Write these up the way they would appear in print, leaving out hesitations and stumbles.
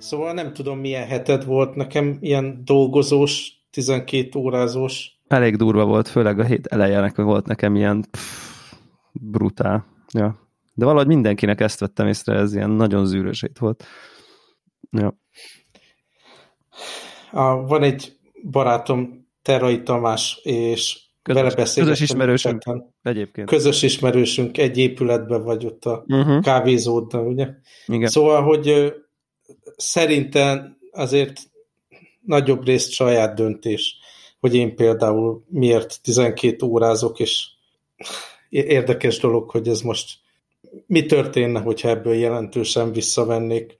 Szóval nem tudom, milyen heted volt nekem, ilyen dolgozós, 12 órázós. Elég durva volt, főleg a hét elejenek volt nekem ilyen brutál. Ja. De valahogy mindenkinek ezt vettem észre, ez ilyen nagyon zűrös hét volt. Ja. Van egy barátom, Terrai Tamás, és vele beszélgettem. Közös ismerősünk egyébként. Közös ismerősünk, egy épületben vagy ott a kávézódban, ugye? Igen. Szóval, hogy szerintem azért nagyobb részt saját döntés, hogy én például miért 12 órázok, és érdekes dolog, hogy ez most mi történne, hogyha ebből jelentősen visszavennék.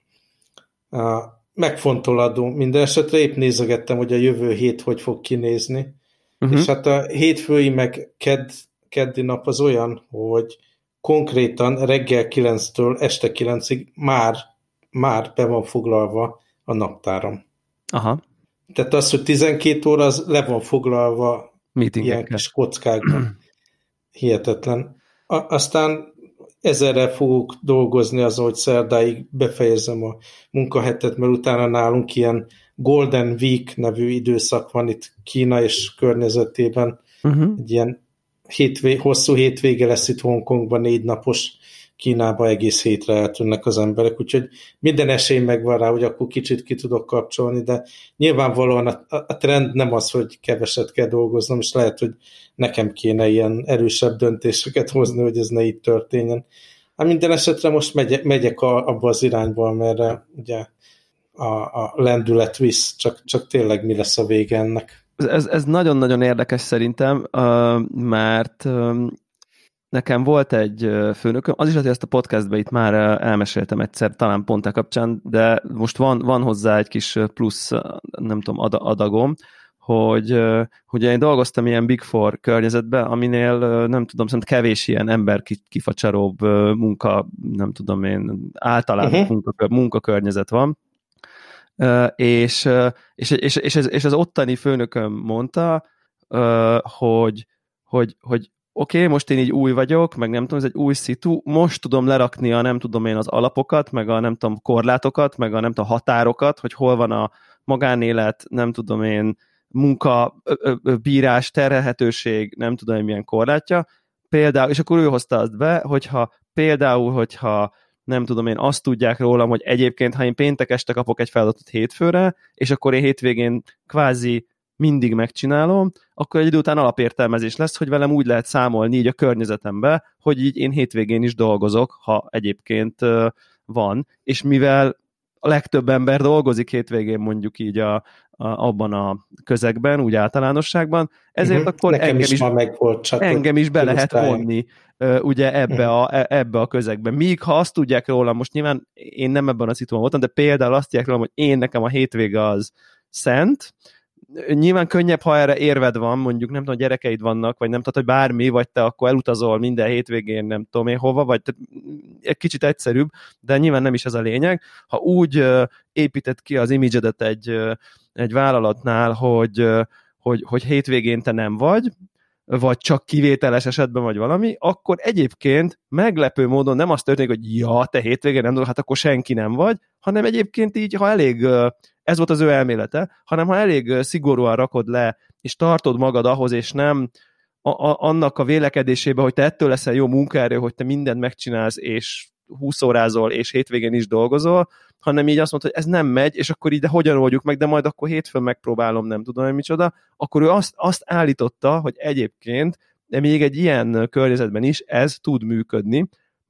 Megfontolandó. Minden esetre épp nézegettem, hogy a jövő hét hogy fog kinézni. És hát a hétfői meg keddi nap az olyan, hogy konkrétan reggel 9-től este 9-ig már be van foglalva a naptáram. Aha. Tehát az, hogy 12 óra, az le van foglalva ilyen kis kockákban. Hihetetlen. Aztán ezerrel fogok dolgozni azon, hogy szerdáig befejezem a munkahetet, mert utána nálunk ilyen Golden Week nevű időszak van itt Kína és környezetében. Egy ilyen hosszú hétvége lesz itt Hongkongban, 4 napos, Kínába egész hétre eltűnnek az emberek, úgyhogy minden esély megvan rá, hogy akkor kicsit ki tudok kapcsolni, de nyilvánvalóan a trend nem az, hogy keveset kell dolgoznom, és lehet, hogy nekem kéne ilyen erősebb döntéseket hozni, hogy ez ne így történjen. Hát minden esetre most megyek abba az irányba, merre ugye a lendület visz, csak tényleg mi lesz a vége ennek. Ez nagyon-nagyon érdekes szerintem, mert nekem volt egy főnököm, az is, hogy ezt a podcastben itt már elmeséltem egyszer, talán pont a kapcsán, de most van hozzá egy kis plusz, nem tudom, adagom, hogy én dolgoztam ilyen Big Four környezetben, aminél nem tudom, szerintem kevés ilyen ember kifacsaróbb munka, nem tudom én, általában munkakörnyezet van, és az ottani főnököm mondta, hogy oké, most én így új vagyok, meg nem tudom, ez egy új szitu, most tudom lerakni a nem tudom én az alapokat, meg a nem tudom korlátokat, meg a nem tudom határokat, hogy hol van a magánélet, nem tudom én munka, bírás, terhelhetőség, nem tudom én milyen korlátja. Például, és akkor ő hozta azt be, hogyha nem tudom én, azt tudják rólam, hogy egyébként, ha én péntek este kapok egy feladatot hétfőre, és akkor én hétvégén kvázi mindig megcsinálom, akkor egy idő után alapértelmezés lesz, hogy velem úgy lehet számolni így a környezetembe, hogy így én hétvégén is dolgozok, ha egyébként van, és mivel a legtöbb ember dolgozik hétvégén mondjuk így abban a közegben, úgy általánosságban, ezért akkor engem is be lehet vonni ugye ebbe a közegbe. Míg ha azt tudják rólam, most nyilván én nem ebben a szituban voltam, de például azt tudják rólam, hogy nekem a hétvége az szent, nyilván könnyebb, ha erre érved van, mondjuk nem tudom, gyerekeid vannak, vagy nem tudom, hogy bármi, vagy te akkor elutazol minden hétvégén, nem tudom én hova, vagy egy kicsit egyszerűbb, de nyilván nem is ez a lényeg. Ha úgy építed ki az imidzsedet egy vállalatnál, hogy hétvégén te nem vagy csak kivételes esetben vagy valami, akkor egyébként meglepő módon nem az történik, hogy ja, te hétvégén nem dolgozol, hát akkor senki nem vagy, hanem egyébként így, ha elég, ez volt az ő elmélete, hanem ha elég szigorúan rakod le, és tartod magad ahhoz, és nem annak a vélekedésébe, hogy te ettől leszel jó munkaerő, hogy te mindent megcsinálsz, és 20 órázol, és hétvégén is dolgozol, hanem így azt mondta, hogy ez nem megy, és akkor így, de hogyan oldjuk meg, de majd akkor hétfőn megpróbálom, nem tudom, hogy micsoda, akkor ő azt állította, hogy egyébként, de még egy ilyen környezetben is ez tud működni,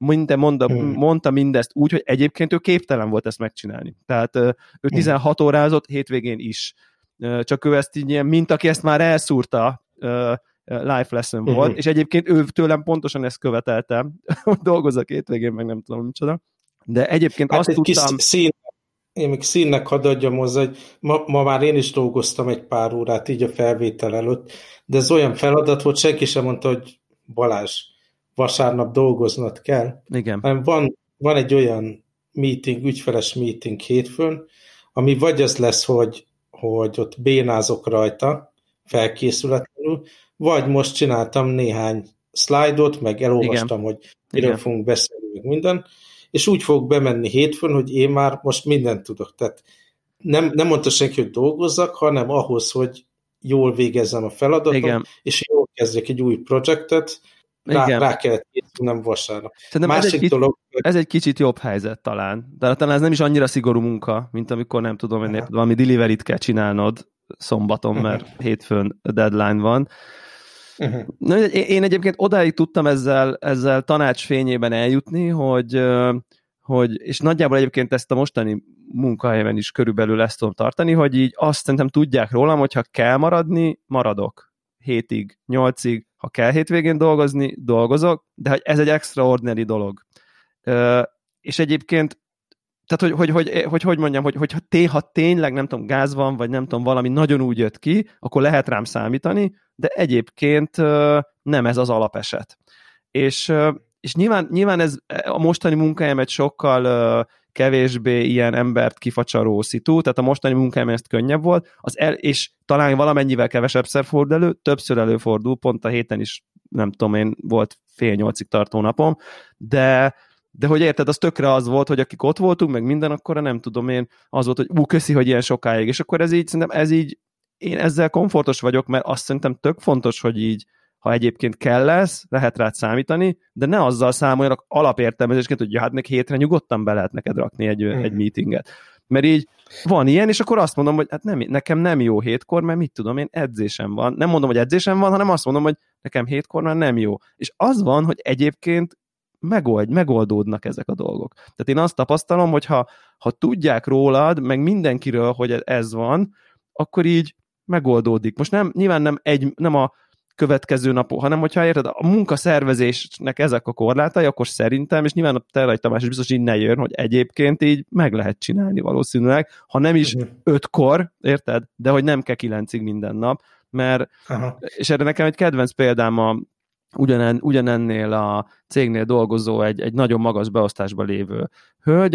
mondta mindezt úgy, hogy egyébként ő képtelen volt ezt megcsinálni. Tehát ő 16 órázott hétvégén is. Csak ő ezt így ilyen, mint aki ezt már elszúrta, life lesson volt, és egyébként ő tőlem pontosan ezt követelte, hogy dolgozzak hétvégén, meg nem tudom micsoda. De egyébként hát azt tudtam... Én még színnek hadd adjam hozzá, hogy ma már én is dolgoztam egy pár órát így a felvétel előtt, de ez olyan feladat volt, senki sem mondta, hogy Balázs, vasárnap dolgoznod kell. Igen. Hanem van egy olyan meeting, ügyfeles meeting hétfőn, ami vagy az lesz, hogy ott bénázok rajta, felkészületlenül, vagy most csináltam néhány szlájdot, meg elolvastam, hogy miről fogunk beszélni, meg minden, és úgy fogok bemenni hétfőn, hogy én már most mindent tudok. Tehát nem mondta senki, hogy dolgozzak, hanem ahhoz, hogy jól végezzem a feladatot, igen. És jól kezdjek egy új projektet, rá kellett készülnem vasárnap. Szerintem ez egy kicsit jobb helyzet talán. De talán ez nem is annyira szigorú munka, mint amikor nem tudom, hogy valami deliveryt kell csinálnod szombaton, mert hétfőn deadline van. Na, én egyébként odáig tudtam ezzel tanács fényében eljutni, hogy és nagyjából egyébként ezt a mostani munkahelyemen is körülbelül ezt tudom tartani, hogy így azt szerintem tudják rólam, hogyha kell maradni, maradok. 7-ig, 8-ig, ha kell hétvégén dolgozni, dolgozok, de hogy ez egy extraordinary dolog. És egyébként, tehát hogy mondjam, ha tényleg nem tudom, gáz van, vagy nem tudom, valami nagyon úgy jött ki, akkor lehet rám számítani, de egyébként nem ez az alapeset. És nyilván ez a mostani munkahelyemet sokkal kevésbé ilyen embert kifacsaró szitu, tehát a mostani munkáim ezt könnyebb volt, és talán valamennyivel kevesebbszer fordul elő, többször előfordul, pont a héten is, nem tudom én, volt 7:30 tartó napom, de hogy érted, az tökre az volt, hogy akik ott voltunk, meg minden, akkor nem tudom én, az volt, hogy köszi, hogy ilyen sokáig, és akkor szerintem ez így, én ezzel komfortos vagyok, mert azt szerintem tök fontos, hogy így, ha egyébként kell lesz, lehet rád számítani, de ne azzal számoljanak alapértelmezésként, hogy hát még hétre nyugodtan be lehet neked rakni egy meetinget. Mert így van ilyen, és akkor azt mondom, hogy hát nekem nem jó hétkor, mert mit tudom én, edzésem van. Nem mondom, hogy edzésem van, hanem azt mondom, hogy nekem hétkor már nem jó. És az van, hogy egyébként megoldódnak ezek a dolgok. Tehát én azt tapasztalom, hogy ha tudják rólad, meg mindenkiről, hogy ez van, akkor így megoldódik. Most nyilván nem a következő napon, hanem hogyha érted, a munkaszervezésnek ezek a korlátai, akkor szerintem, és nyilván a Terrai Tamás is biztos így ne jön, hogy egyébként így meg lehet csinálni valószínűleg, ha nem is 5-kor, érted, de hogy nem kell 9-ig minden nap, mert, és erre nekem egy kedvenc példám ugyanennél a cégnél dolgozó egy nagyon magas beosztásban lévő hölgy,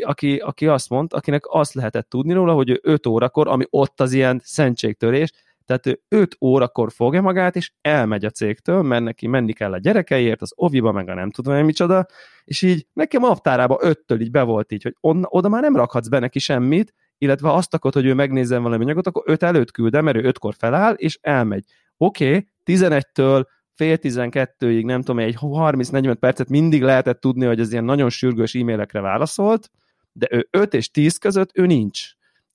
aki azt mondta, akinek azt lehetett tudni róla, hogy ő 5 órakor, ami ott az ilyen szentségtörés, tehát ő 5 órakor fogja magát, és elmegy a cégtől, mert neki menni kell a gyerekeiért, az oviba, meg a nem tudom én micsoda, és így nekem a naptárába 5-től így be volt így, hogy oda már nem rakhatsz be neki semmit, illetve azt akarod, hogy ő megnézzen valami anyagot, akkor 5 előtt küldem, mert ő 5-kor feláll, és elmegy. Oké, 11-től fél 12-ig, nem tudom, egy 30-40 percet mindig lehetett tudni, hogy az ilyen nagyon sürgős e-mailekre válaszolt, de ő 5 és 10 között ő nincs.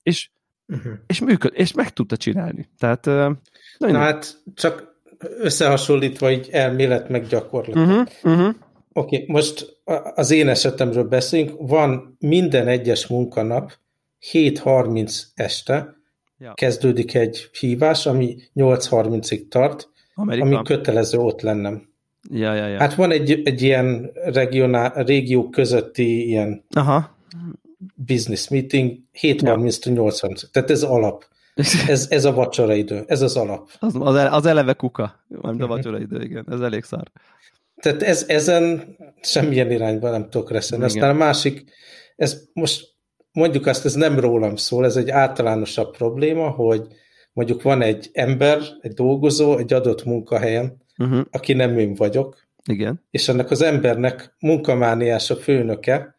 És működ, és meg tudta csinálni. Tehát, hát csak összehasonlítva így elmélet meg gyakorlat. Oké, most az én esetemről beszélünk, van minden egyes munkanap 7:30 este kezdődik egy hívás, ami 8:30-ig tart, ami kötelező ott lennem. Ja. Hát van egy ilyen régió közötti ilyen business meeting 7:30-től 8:30. Tehát ez alap. Ez a vacsoraidő. Ez az alap. Az eleve kuka. Nem a vacsoraidő, igen. Ez elég szar. Tehát ezen semmilyen irányban nem tudok reszelni. Aztán a másik, ez most mondjuk azt, ez nem rólam szól, ez egy általánosabb probléma, hogy mondjuk van egy ember, egy dolgozó, egy adott munkahelyen, aki nem én vagyok, igen. És ennek az embernek munkamániás a főnöke,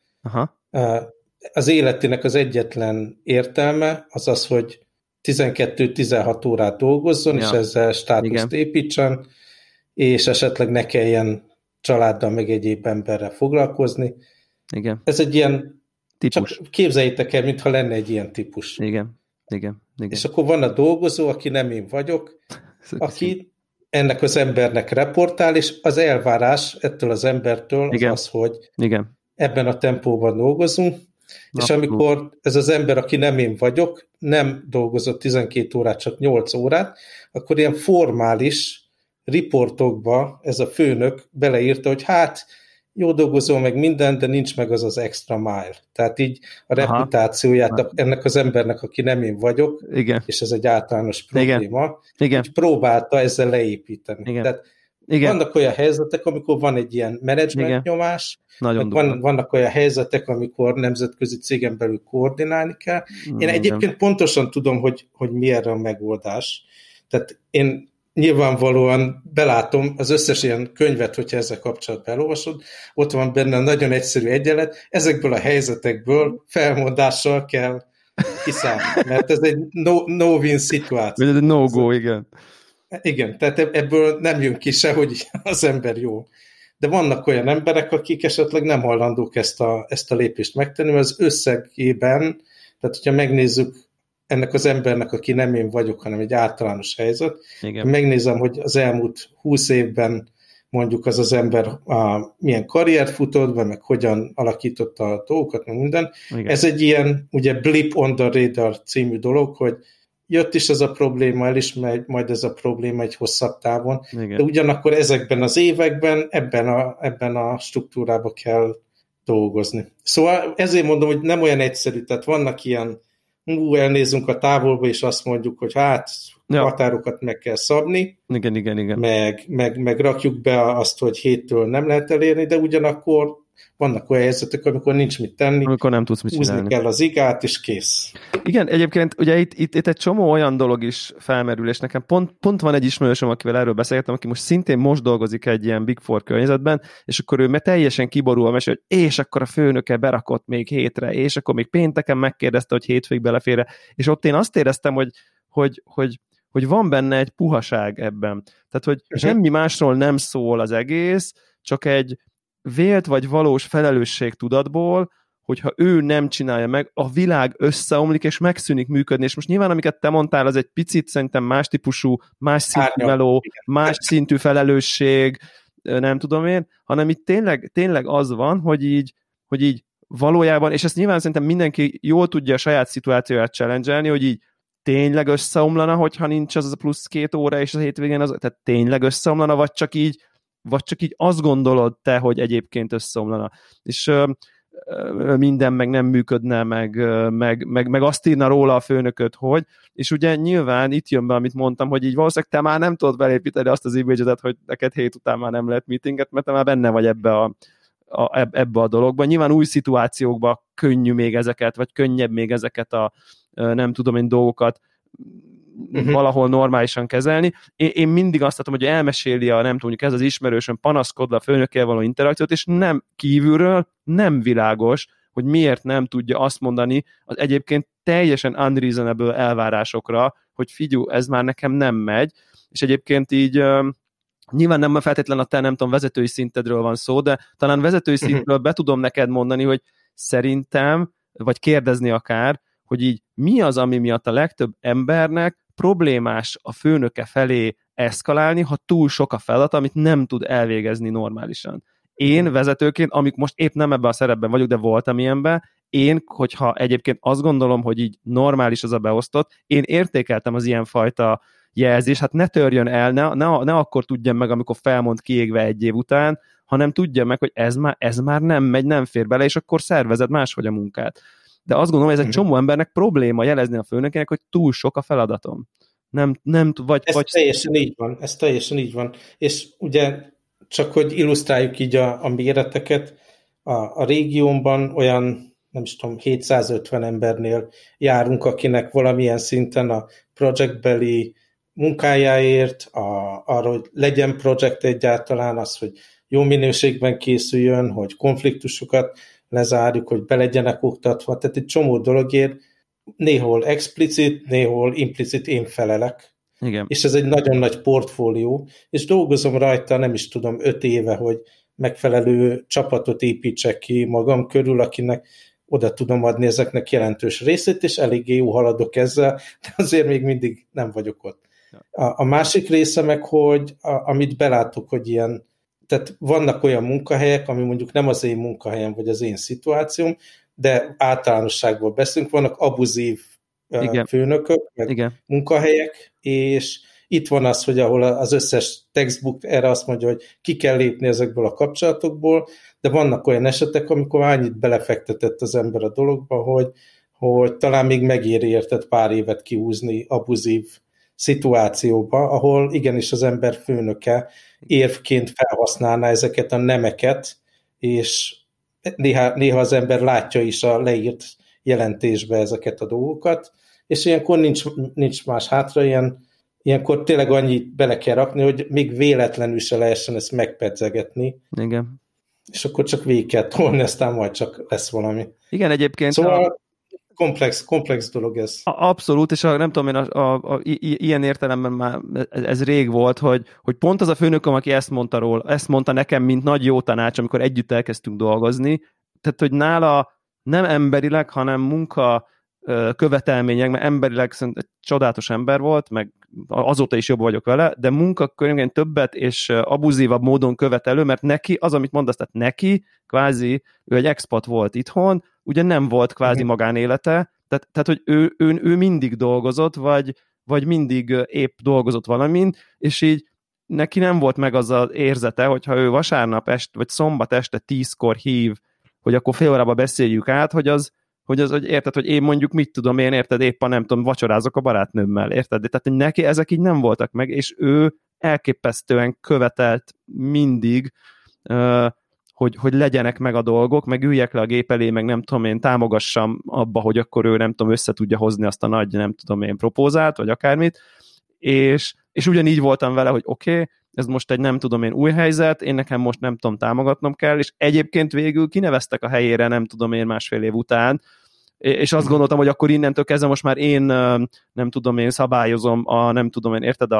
az életének az egyetlen értelme az az, hogy 12-16 órát dolgozzon, és ezzel státuszt építsen, és esetleg ne kelljen családdal meg egyéb emberrel foglalkozni. Igen. Ez egy ilyen típus. Csak képzeljétek el, mintha lenne egy ilyen típus. Igen. És akkor van a dolgozó, aki nem én vagyok, aki ennek az embernek reportál, és az elvárás ettől az embertől az, hogy ebben a tempóban dolgozunk, és amikor ez az ember, aki nem én vagyok, nem dolgozott 12 órát, csak 8 órát, akkor ilyen formális riportokba ez a főnök beleírta, hogy hát jó dolgozó meg minden, de nincs meg az extra mile. Tehát így a reputációját ennek az embernek, aki nem én vagyok, és ez egy általános probléma, így próbálta ezzel leépíteni. Tehát vannak olyan helyzetek, amikor van egy ilyen menedzsment nyomás, vannak olyan helyzetek, amikor nemzetközi cégen belül koordinálni kell. Én egyébként pontosan tudom, hogy mi erre a megoldás. Tehát én nyilvánvalóan belátom az összes ilyen könyvet, hogyha ezzel kapcsolatban elolvasod, ott van benne nagyon egyszerű egyenlet, ezekből a helyzetekből felmondással kell kiszállni, mert ez egy no-win szituáció. Ez egy no-go, igen. Igen, tehát ebből nem jön ki se, hogy az ember jó. De vannak olyan emberek, akik esetleg nem hajlandók ezt a lépést megtenni, mert az összegében, tehát hogyha megnézzük ennek az embernek, aki nem én vagyok, hanem egy általános helyzet, megnézem, hogy az elmúlt 20 évben mondjuk az ember milyen karriert futott be, meg hogyan alakította a dolgokat, meg minden. Igen. Ez egy ilyen, ugye blip on the radar című dolog, hogy jött is ez a probléma, el is megy, majd ez a probléma egy hosszabb távon. Igen. De ugyanakkor ezekben az években ebben a struktúrába kell dolgozni. Szóval ezért mondom, hogy nem olyan egyszerű, tehát vannak ilyen elnézünk a távolba, és azt mondjuk, hogy határokat meg kell szabni, igen. Meg rakjuk be azt, hogy héttől nem lehet elérni, de ugyanakkor vannak olyan helyzetek, amikor nincs mit tenni, amikor nem tudsz mit csinálni. Húzni kell az igát, és kész. Igen, egyébként ugye itt egy csomó olyan dolog is felmerül, és nekem pont van egy ismerősöm, akivel erről beszélgettem, aki most szintén most dolgozik egy ilyen Big Four környezetben, és akkor ő teljesen kiborulva mesél, hogy és akkor a főnöke berakott még hétre, és akkor még pénteken megkérdezte, hogy hétfőig belefér, és ott én azt éreztem, hogy van benne egy puhaság ebben. Tehát, hogy semmi másról nem szól az egész, csak egy vélt vagy valós felelősségtudatból, hogyha ő nem csinálja meg, a világ összeomlik, és megszűnik működni. És most nyilván, amiket te mondtál, az egy picit szerintem más típusú, más szintű meló, más szintű felelősség, nem tudom én, hanem itt tényleg az van, hogy így valójában, és ezt nyilván szerintem mindenki jól tudja a saját szituációját challenge-elni, hogy így tényleg összeomlana, hogyha nincs az a plusz 2 óra, és a hétvégén tehát tényleg összeomlana, vagy csak így azt gondolod te, hogy egyébként összeomlana. És minden meg nem működne, meg azt írna róla a főnököt, hogy, és ugye nyilván itt jön be, amit mondtam, hogy így valószínűleg te már nem tudod belépíteni azt az image-et, hogy neked hét után már nem lehet meetinget, mert te már benne vagy ebbe a dologban. Nyilván új szituációkban könnyű még ezeket, vagy könnyebb még ezeket a nem tudom én dolgokat valahol normálisan kezelni. Én mindig azt látom, hogy elmeséli nem tudom, ez az ismerősöm panaszkodva a főnökkel való interakciót, és nem kívülről nem világos, hogy miért nem tudja azt mondani az egyébként teljesen unreasonable elvárásokra, hogy figyelj, ez már nekem nem megy, és egyébként így nyilván nem feltétlenül a te, nem tudom, vezetői szintedről van szó, de talán vezetői szintről be tudom neked mondani, hogy szerintem, vagy kérdezni akár, hogy így mi az, ami miatt a legtöbb embernek problémás a főnöke felé eszkalálni, ha túl sok a feladat, amit nem tud elvégezni normálisan. Én vezetőként, amik most épp nem ebben a szerepben vagyok, de voltam ilyenben, én, hogyha egyébként azt gondolom, hogy így normális az a beosztott, én értékeltem az ilyenfajta jelzés, hát ne törjön el, ne akkor tudjam meg, amikor felmond kiégve egy év után, hanem tudjam meg, hogy ez már nem megy, nem fér bele, és akkor szervezed máshogy a munkát. De azt gondolom, hogy ez egy csomó embernek probléma jelezni a főnökének, hogy túl sok a feladatom. Ez teljesen így van. És ugye csak, hogy illusztráljuk így a méreteket, a régiónban olyan, nem is tudom, 750 embernél járunk, akinek valamilyen szinten a projektbeli munkájáért, arra, hogy legyen projekt egyáltalán, az, hogy jó minőségben készüljön, hogy konfliktusokat lezárjuk, hogy be legyenek oktatva, tehát egy csomó dologért néhol explicit, néhol implicit én felelek. Igen. És ez egy nagyon nagy portfólió, és dolgozom rajta, nem is tudom, 5 éve, hogy megfelelő csapatot építsek ki magam körül, akinek oda tudom adni ezeknek jelentős részét, és eléggé jó haladok ezzel, de azért még mindig nem vagyok ott. A másik része meg, hogy amit belátok, hogy ilyen, tehát vannak olyan munkahelyek, ami mondjuk nem az én munkahelyem, vagy az én szituációm, de általánosságban beszélünk, vannak abuzív főnökök, meg munkahelyek, és itt van az, hogy ahol az összes textbook erre azt mondja, hogy ki kell lépni ezekből a kapcsolatokból, de vannak olyan esetek, amikor annyit belefektetett az ember a dologba, hogy talán még megéri érted pár évet kihúzni abuzív szituációba, ahol igenis az ember főnöke érvként felhasználná ezeket a nemeket, és néha az ember látja is a leírt jelentésbe ezeket a dolgokat, és ilyenkor nincs más hátra, ilyen ilyenkor tényleg annyit bele kell rakni, hogy még véletlenül se lehessen ezt megpedzegetni. Igen. És akkor csak végig kell tolni, aztán majd csak lesz valami. Igen, egyébként... Szóval komplex dolog ez. Abszolút, és nem tudom én, ilyen értelemben már ez rég volt, hogy pont az a főnököm, aki ezt mondta nekem, mint nagy jó tanács, amikor együtt elkezdtünk dolgozni, tehát, hogy nála nem emberileg, hanem munka követelmények, mert emberileg szerintem egy csodálatos ember volt, meg azóta is jobb vagyok vele, de munkakörülményen többet és abuzívabb módon követelő, mert neki, az, amit mondasz, tehát neki, kvázi, ő egy expat volt itthon, ugye nem volt kvázi magánélete, tehát hogy ő mindig dolgozott, vagy mindig épp dolgozott valamin, és így neki nem volt meg az az érzete, hogyha ő vasárnap este, vagy szombat este 10-kor hív, hogy akkor fél órába beszéljük át, hogy érted, hogy én mondjuk mit tudom én, érted, éppen nem tudom, vacsorázok a barátnőmmel, érted? Tehát neki ezek így nem voltak meg, és ő elképesztően követelt mindig, hogy legyenek meg a dolgok, meg üljek le a gép elé, meg nem tudom én, támogassam abba, hogy akkor ő nem tudom, össze tudja hozni azt a nagy, nem tudom én, propózát, vagy akármit, és ugyanígy voltam vele, hogy oké, ez most egy nem tudom én új helyzet, én nekem most nem tudom támogatnom kell, és egyébként végül kineveztek a helyére, nem tudom én, másfél év után, és azt gondoltam, hogy akkor innentől kezdve most már én nem tudom én szabályozom nem tudom én, érted,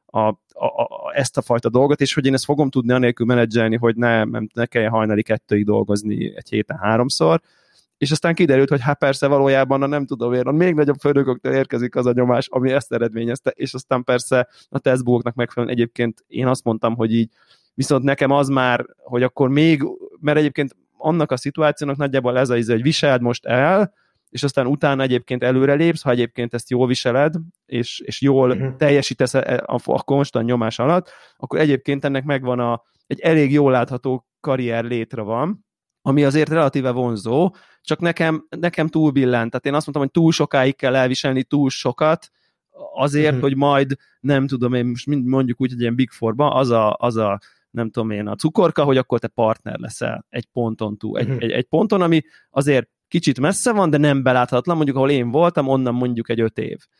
ezt a fajta dolgot, és hogy én ezt fogom tudni anélkül menedzselni, hogy ne kelljen hajnali 2-ig dolgozni egy héten 3-szor, és aztán kiderült, hogy hát persze valójában nem tudom én, a még nagyobb főnököktől érkezik az a nyomás, ami ezt eredményezte, és aztán persze a tesztbúgoknak megfelelően egyébként én azt mondtam, hogy így, viszont nekem az már, hogy akkor még, mert egyébként annak a szituációnak nagyjából ez az, hogy viseld most el, és aztán utána egyébként előrelépsz, ha egyébként ezt jól viseled, és jól teljesítesz a konstant nyomás alatt, akkor egyébként ennek megvan egy elég jól látható karrier létre van, ami azért relatíve vonzó, csak nekem túlbillent. Tehát én azt mondtam, hogy túl sokáig kell elviselni túl sokat, azért, hogy majd, nem tudom én, most mondjuk úgy, hogy ilyen Big Four-ban, az a nem tudom én, a cukorka, hogy akkor te partner leszel egy ponton túl. Egy ponton, ami azért kicsit messze van, de nem beláthatatlan, mondjuk ahol én voltam, onnan mondjuk egy 5 év.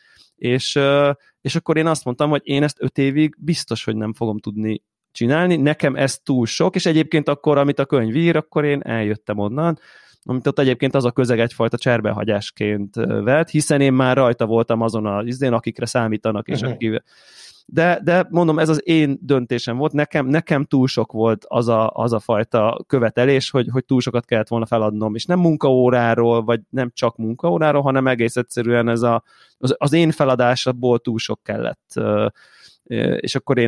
És akkor én azt mondtam, hogy én ezt 5 évig biztos, hogy nem fogom tudni csinálni, nekem ez túl sok, és egyébként akkor, amit a könyv ír, akkor én eljöttem onnan, amit ott egyébként az a közeg egyfajta cserbehagyásként vett, hiszen én már rajta voltam azon akikre számítanak, és de mondom, ez az én döntésem volt, nekem túl sok volt az a fajta követelés, hogy túl sokat kellett volna feladnom, és nem munkaóráról, vagy nem csak munkaóráról, hanem egész egyszerűen ez az én feladásból túl sok kellett, és akkor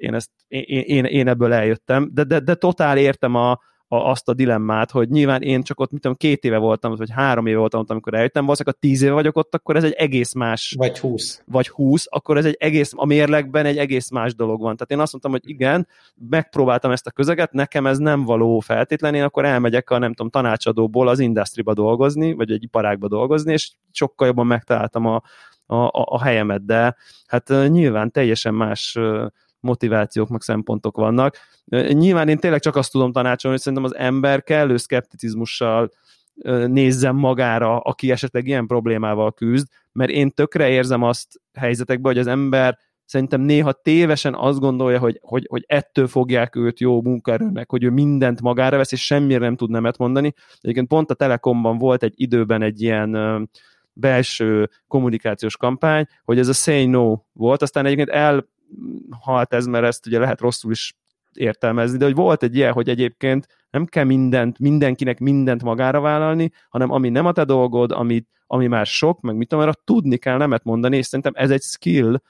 én ebből eljöttem, de totál értem azt a dilemmát, hogy nyilván én csak ott, 2 éve voltam, vagy 3 éve voltam ott, amikor eljöttem, valószínűleg 10 éve vagyok ott, akkor ez egy egész más... Vagy 20, akkor ez a mérlegben egy egész más dolog van. Tehát én azt mondtam, hogy igen, megpróbáltam ezt a közeget, nekem ez nem való feltétlenül, én akkor elmegyek nem tudom, tanácsadóból az industryba dolgozni, vagy egy iparágba dolgozni, és sokkal jobban megtaláltam a helyemet, de hát nyilván teljesen más motivációk, meg szempontok vannak. Nyilván én tényleg csak azt tudom tanácsolni, hogy szerintem az ember kellő szkepticizmussal nézzem magára, aki esetleg ilyen problémával küzd, mert én tökre érzem azt helyzetekben, hogy az ember szerintem néha tévesen azt gondolja, hogy ettől fogják őt jó munkaerőnek, hogy ő mindent magára vesz, és semmire nem tud nemet mondani. Egyébként pont a Telekomban volt egy időben egy ilyen belső kommunikációs kampány, hogy ez a Say No volt, aztán egyébként elhalt ez, mert ezt ugye lehet rosszul is értelmezni, de hogy volt egy ilyen, hogy egyébként nem kell mindenkinek mindent magára vállalni, hanem ami nem a te dolgod, ami már sok, meg mit tudom, arra tudni kell nemet mondani, és szerintem ez egy skill,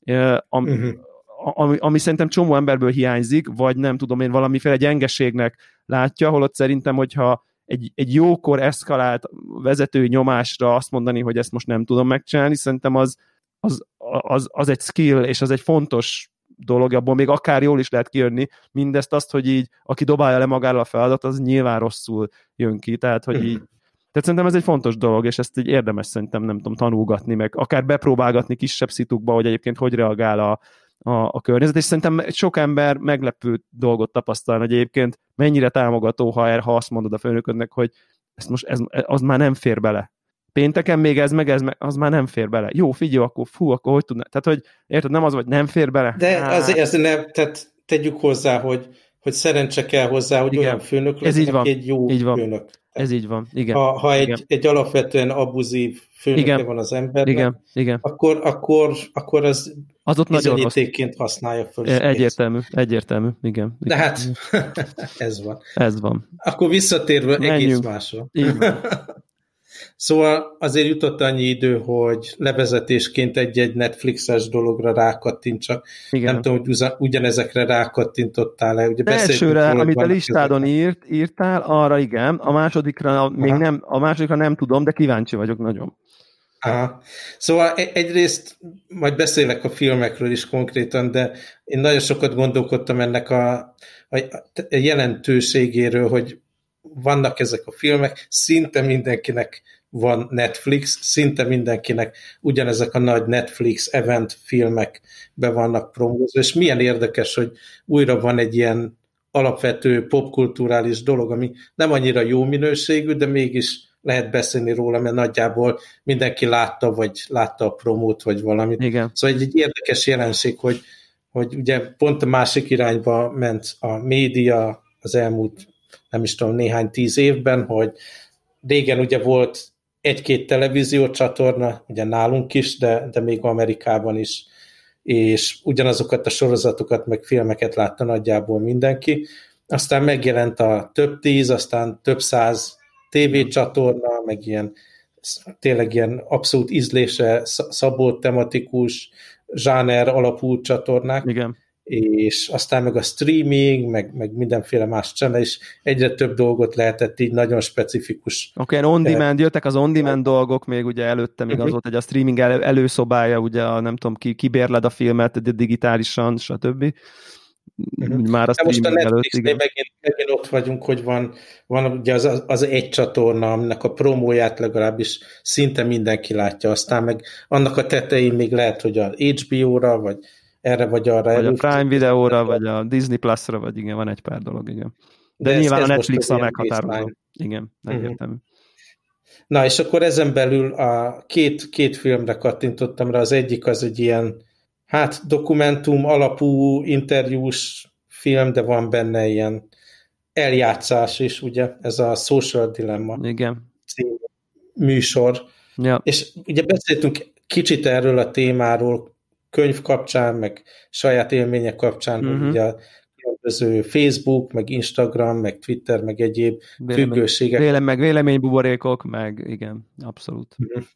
ami szerintem csomó emberből hiányzik, vagy nem tudom én, valamiféle gyengeségnek látja, holott szerintem, hogyha egy jókor eszkalált vezetői nyomásra azt mondani, hogy ezt most nem tudom megcsinálni, szerintem az egy skill, és az egy fontos dolog, abból még akár jól is lehet kijönni, mindezt azt, hogy így, aki dobálja le magára a feladat, az nyilván rosszul jön ki, tehát, hogy így, tehát szerintem ez egy fontos dolog, és ezt így érdemes szerintem, nem tudom, tanulgatni, meg akár bepróbálgatni kisebb szitukba, hogy egyébként hogy reagál a környezet, és szerintem sok ember meglepő dolgot tapasztal, hogy egyébként mennyire támogató, ha azt mondod a főnöködnek, hogy az már nem fér bele. pénteken még ez meg, az már nem fér bele. Jó, figyelj, akkor hogy tudná? Tehát, hogy érted, nem az, hogy nem fér bele? De azért nem, tehát tegyük hozzá, hogy szerencse kell hozzá, hogy igen, olyan főnök lesz, aki egy jó főnök. Ez így van, igen. Ha egy alapvetően abuzív főnöke van az embernek, igen. akkor az bizonyítékként használja föl. Egyértelmű, igen. De hát ez van. Akkor visszatérve egész másra. Szóval azért jutott annyi idő, hogy levezetésként egy-egy Netflixes dologra rákattintsak. Igen. Nem tudom, hogy ugyanezekre rákattintottál-e. Ugye elsőre, amit a listádon írtál, arra igen. A másodikra nem tudom, de kíváncsi vagyok nagyon. Aha. Szóval egyrészt majd beszélek a filmekről is konkrétan, de én nagyon sokat gondolkodtam ennek a jelentőségéről, hogy vannak ezek a filmek, szinte mindenkinek van Netflix, szinte mindenkinek ugyanezek a nagy Netflix event filmek be vannak promózva, és milyen érdekes, hogy újra van egy ilyen alapvető popkulturális dolog, ami nem annyira jó minőségű, de mégis lehet beszélni róla, mert nagyjából mindenki látta a promót, vagy valamit. Igen. Szóval egy érdekes jelenség, hogy ugye pont a másik irányba ment a média az elmúlt, nem is tudom, néhány 10 évben, hogy régen ugye volt egy-két televíziócsatorna, ugye nálunk is, de még Amerikában is, és ugyanazokat a sorozatokat, meg filmeket látta nagyjából mindenki. Aztán megjelent a több 10, aztán több 100 tévécsatorna, meg tényleg ilyen abszolút ízlése szabott, tematikus, zsáner alapú csatornák. Igen. És aztán meg a streaming, meg mindenféle más channel, és egyre több dolgot lehetett így nagyon specifikus. Oké, on-demand, jöttek az on-demand dolgok, még ugye előtte még az volt, hogy a streaming előszobája, ugye nem tudom, kibérled a filmet digitálisan, stb. Már a most a Netflixnél megint ott vagyunk, hogy van ugye az egy csatorna, aminek a promóját legalábbis szinte mindenki látja, aztán meg annak a tetején még lehet, hogy a HBO-ra, vagy erre vagy arra. Vagy a Prime Videóra, vagy a Disney Plus-ra, vagy igen, van egy pár dolog, igen. De nyilván a Netflix a meghatározó. Igen, egyértelmű. Na, és akkor ezen belül a két filmre kattintottam rá. Az egyik az egy ilyen, dokumentum alapú interjús film, de van benne ilyen eljátszás is, ugye, ez a Social Dilemma című műsor. Ja. És ugye beszéltünk kicsit erről a témáról, könyv kapcsán, meg saját élmények kapcsán, hogy ugye a különböző Facebook, meg Instagram, meg Twitter, meg egyéb függőségek. Véleménybuborékok, meg igen, abszolút.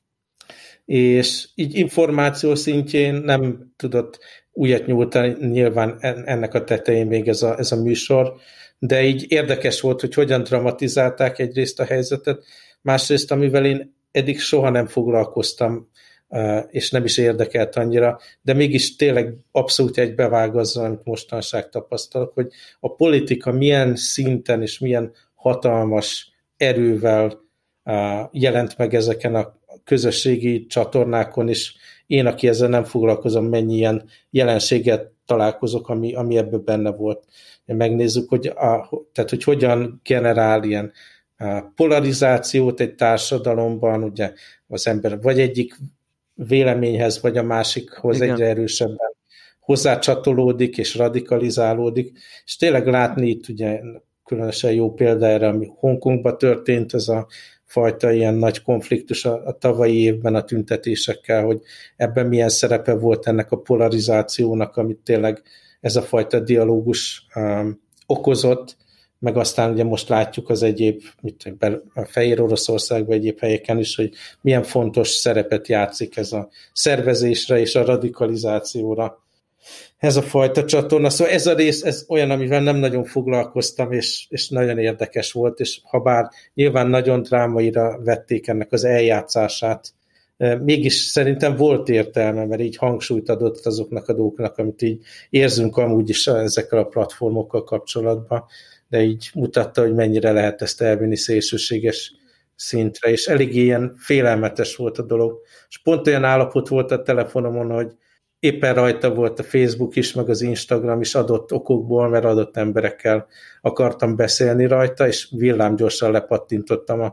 És így információ szintjén nem tudott újat nyújtani nyilván ennek a tetején még ez a műsor, de így érdekes volt, hogy hogyan dramatizálták egyrészt a helyzetet, másrészt, amivel én eddig soha nem foglalkoztam, és nem is érdekelt annyira, de mégis tényleg abszolút egybevág azzal, amit mostanság tapasztalok, hogy a politika milyen szinten és milyen hatalmas erővel jelent meg ezeken a közösségi csatornákon, és én, aki ezzel nem foglalkozom, mennyi ilyen jelenséget találkozok, ami ebben benne volt. Megnézzük, hogy hogyan generál ilyen polarizációt egy társadalomban, ugye az ember vagy egyik véleményhez, vagy a másikhoz egyre erősebben hozzácsatolódik és radikalizálódik, és tényleg látni itt ugye különösen jó példa erre, ami Hongkongban történt, ez a fajta ilyen nagy konfliktus a tavalyi évben a tüntetésekkel, hogy ebben milyen szerepe volt ennek a polarizációnak, amit tényleg ez a fajta dialógus okozott, meg aztán ugye most látjuk az egyéb, a Fehér Oroszországban egyéb helyeken is, hogy milyen fontos szerepet játszik ez a szervezésre és a radikalizációra ez a fajta csatorna. Szóval ez a rész, ez olyan, amivel nem nagyon foglalkoztam, és nagyon érdekes volt, és ha bár nyilván nagyon drámaira vették ennek az eljátszását, mégis szerintem volt értelme, mert így hangsúlyt adott azoknak a dolgoknak, amit így érzünk amúgy is ezekkel a platformokkal kapcsolatban, de így mutatta, hogy mennyire lehet ezt elvinni szélsőséges szintre, és elég ilyen félelmetes volt a dolog. És pont olyan állapot volt a telefonomon, hogy éppen rajta volt a Facebook is, meg az Instagram is adott okokból, mert adott emberekkel akartam beszélni rajta, és villámgyorsan lepattintottam a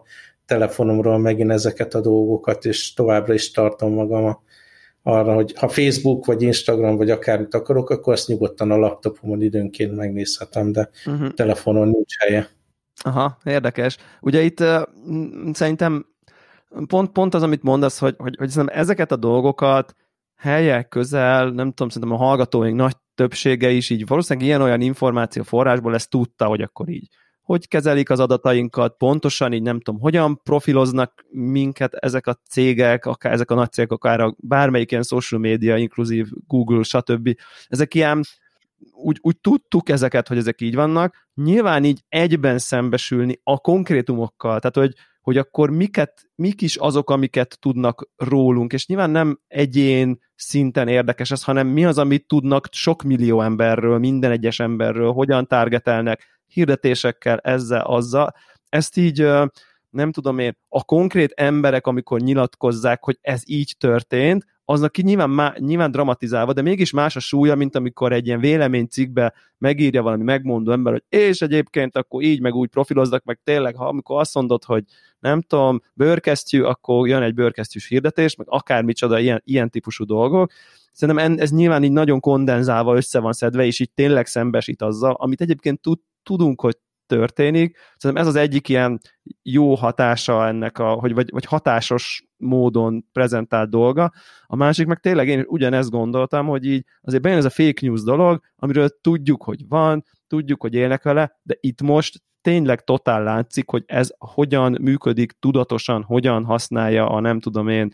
telefonomról megint ezeket a dolgokat, és továbbra is tartom magam arra, hogy ha Facebook, vagy Instagram, vagy akármit akarok, akkor azt nyugodtan a laptopomon időnként megnézhetem, de telefonon nincs helye. Aha, érdekes. Ugye itt szerintem pont az, amit mondasz, hogy ezeket a dolgokat helyek közel, nem tudom, szerintem a hallgatóink nagy többsége is így valószínűleg ilyen-olyan információ forrásból ezt tudta, hogy akkor így hogy kezelik az adatainkat, pontosan így nem tudom, hogyan profiloznak minket ezek a cégek, akár ezek a nagy cégek, akár bármelyik ilyen social media, inkluzív Google, stb. Ezek ilyen, úgy tudtuk ezeket, hogy ezek így vannak, nyilván így egyben szembesülni a konkrétumokkal, tehát hogy akkor mik is azok, amiket tudnak rólunk, és nyilván nem egyén szinten érdekes ez, hanem mi az, amit tudnak sok millió emberről, minden egyes emberről, hogyan targetelnek, hirdetésekkel, ezzel, azzal. Ezt így, nem tudom én, a konkrét emberek, amikor nyilatkozzák, hogy ez így történt, aznak nyilván dramatizálva, de mégis más a súlya, mint amikor egy ilyen véleménycikkbe megírja valami megmondó ember, hogy és egyébként akkor így, meg úgy profiloznak, meg tényleg, ha amikor azt mondod, hogy nem tudom, bőrkesztyű, akkor jön egy bőrkesztyűs hirdetés, meg akármicsoda ilyen típusú dolgok. Szerintem ez nyilván így nagyon kondenzálva össze van szedve, és így tényleg szembesít azzal, amit egyébként tudunk, hogy történik. Szerintem ez az egyik ilyen jó hatása ennek, vagy hatásos módon prezentált dolga. A másik meg tényleg én ugyanezt gondoltam, hogy így azért bejön ez a fake news dolog, amiről tudjuk, hogy van, tudjuk, hogy élnek vele, de itt most tényleg totál látszik, hogy ez hogyan működik tudatosan, hogyan használja a nem tudom én,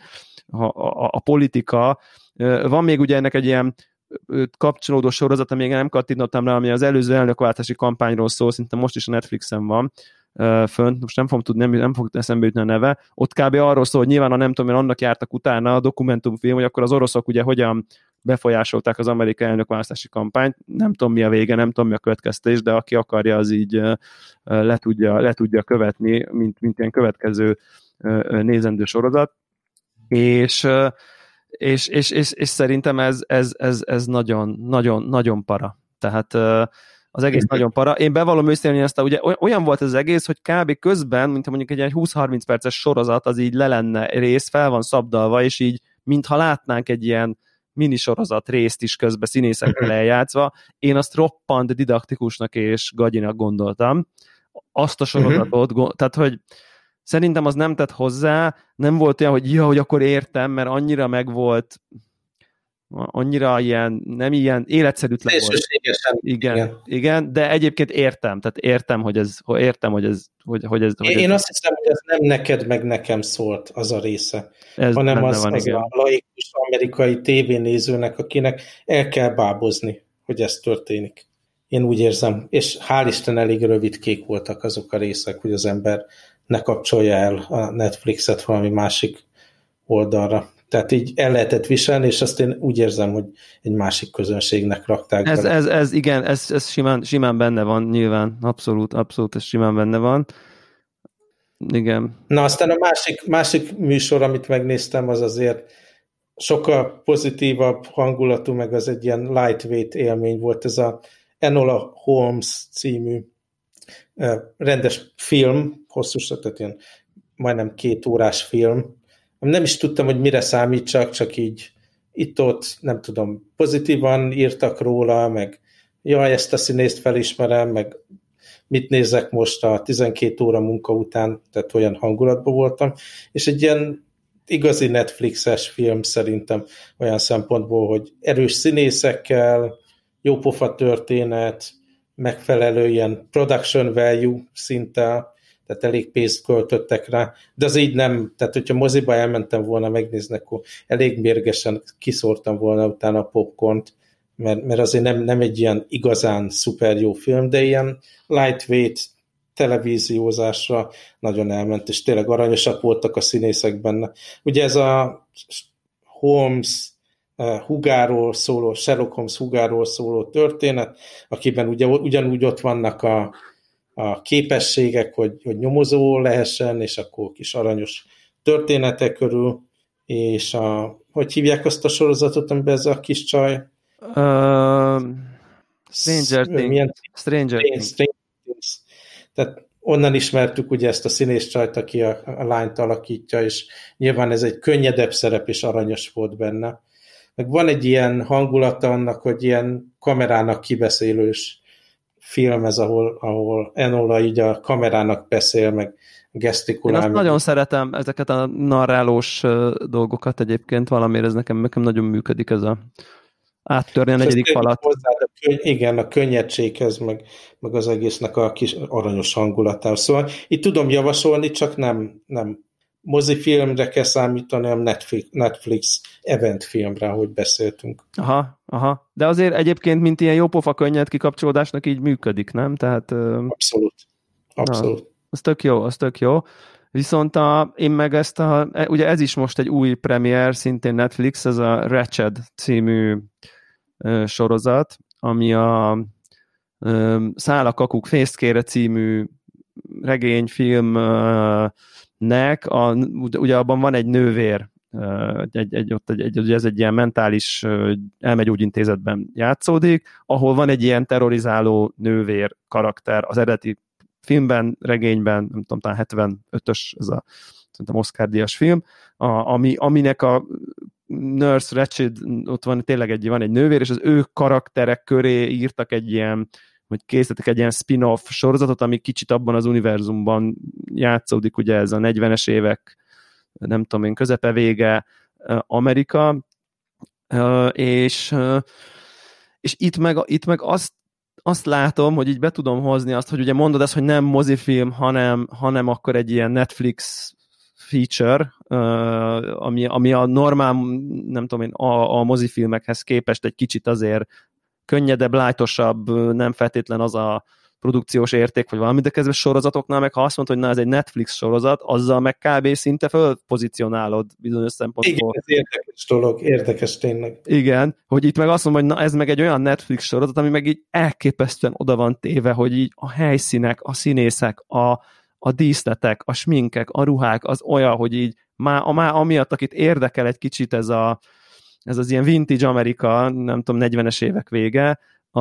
a politika. Van még ugye ennek egy ilyen kapcsolódó sorozat, még nem kattintottam rá, ami az előző elnökváltási kampányról szól, szinte most is a Netflixen van fönt, most nem fogom tudni, nem fog eszembe jutni a neve, ott kb. Arról szól, hogy nyilván nem tudom, annak jártak utána a dokumentumfilm, hogy akkor az oroszok ugye hogyan befolyásolták az amerikai elnökválasztási kampányt, nem tudom mi a vége, nem tudom mi a következtés, de aki akarja, az így le tudja követni, mint ilyen következő nézendő sorozat, és szerintem ez nagyon para. Tehát az egész nagyon para. Én bevallom őszintén, hogy aztán ugye olyan volt ez az egész, hogy kb. Közben, mint mondjuk egy 20-30 perces sorozat, az így le lenne rész, fel van szabdalva, és így mintha látnánk egy ilyen minisorozat részt is közben színészekkel eljátszva, én azt roppant didaktikusnak és gagyinak gondoltam. Azt a sorozatot, tehát hogy szerintem az nem tett hozzá, nem volt olyan, hogy akkor értem, mert annyira megvolt, annyira ilyen, nem ilyen életszerűtlen volt. Igen, de egyébként értem, tehát értem, hogy ez. Én azt hiszem, hogy ez nem neked meg nekem szólt az a része, hanem az a laikus amerikai tévénézőnek, akinek el kell bábozni, hogy ez történik. Én úgy érzem, és hál' Isten elég rövidkék voltak azok a részek, hogy az ember ne kapcsolja el a Netflixet valami másik oldalra. Tehát így el lehetett viselni, és azt én úgy érzem, hogy egy másik közönségnek rakták. Ez simán benne van, nyilván. Abszolút, ez simán benne van. Igen. Na, aztán a másik műsor, amit megnéztem, az azért sokkal pozitívabb hangulatú, meg az egy ilyen lightweight élmény volt. Ez a Enola Holmes című rendes film, hosszú, tehát ilyen majdnem 2 órás film. Nem is tudtam, hogy mire számítsak, csak így itt-ott, nem tudom, pozitívan írtak róla, meg jaj, ezt a színészt felismerem, meg mit nézek most a 12 óra munka után, tehát olyan hangulatban voltam, és egy ilyen igazi Netflixes film szerintem olyan szempontból, hogy erős színészekkel, jópofa történet, megfelelő ilyen production value szinttel, tehát elég pénzt költöttek rá, de az így nem, tehát hogyha moziba elmentem volna megnézni, akkor elég mérgesen kiszórtam volna utána a popcornt, mert azért nem egy ilyen igazán szuper jó film, de ilyen lightweight televíziózásra nagyon elment, és tényleg aranyosak voltak a színészek benne. Ugye ez a Holmes húgáról szóló, Sherlock Holmes húgáról szóló történet, akiben ugye ugyanúgy ott vannak a képességek, hogy nyomozó lehessen, és akkor kis aranyos történetek körül, és hogy hívják azt a sorozatot, amiben ez a kis csaj? Stranger Things. Tehát onnan ismertük ugye ezt a színész csajt, aki a lányt alakítja, és nyilván ez egy könnyedebb szerep, és aranyos volt benne. Meg van egy ilyen hangulata annak, hogy ilyen kamerának kibeszélős film ez, ahol Enola így a kamerának beszél, meg gesztikulál. Én azt nagyon szeretem, ezeket a narrálós dolgokat egyébként, valamiért ez nekem nagyon működik, ez a áttörni a negyedik falat. Igen, a könnyedséghez, meg az egésznek a kis aranyos hangulatához. Szóval itt tudom javasolni, csak nem mozifilmre kell számítani, hanem Netflix eventfilmre, ahogy beszéltünk. Aha. De azért egyébként, mint ilyen jópofa könnyed kikapcsolódásnak így működik, nem? Tehát, Abszolút. Na, az tök jó. Viszont én meg ugye ez is most egy új premier, szintén Netflix, ez a Ratched című sorozat, ami a Szál a kakuk fészkére című regényfilmnek, ugye abban van egy nővér, ez egy ilyen mentális elmegyógyintézetben játszódik, ahol van egy ilyen terrorizáló nővér karakter az eredeti filmben, regényben, nem tudom, talán 75-ös, ez a szerintem Oscar-díjas film, aminek a Nurse Ratched, ott van tényleg van egy nővér, és az ő karakterek köré írtak egy ilyen, vagy készítettek egy ilyen spin-off sorozatot, ami kicsit abban az univerzumban játszódik, ugye ez a 40-es évek, nem tudom én, közepe vége Amerika, és itt meg azt látom, hogy így be tudom hozni azt, hogy ugye mondod ezt, hogy nem mozifilm, hanem akkor egy ilyen Netflix feature, ami a normál, nem tudom én, a mozifilmekhez képest egy kicsit azért könnyedebb, lightosabb, nem feltétlen az a produkciós érték, vagy valami, de kezdve sorozatoknál meg ha azt mondod, hogy na, ez egy Netflix sorozat, azzal meg kb. Szinte fölpozícionálod bizonyos szempontból. Igen, ez érdekes dolog, érdekes tényleg. Igen, hogy itt meg azt mondom, hogy na, ez meg egy olyan Netflix sorozat, ami meg így elképesztően oda van téve, hogy így a helyszínek, a színészek, a díszletek, a sminkek, a ruhák, az olyan, hogy így már amiatt, akit érdekel egy kicsit ez az ilyen vintage Amerika, nem tudom, 40-es évek vége,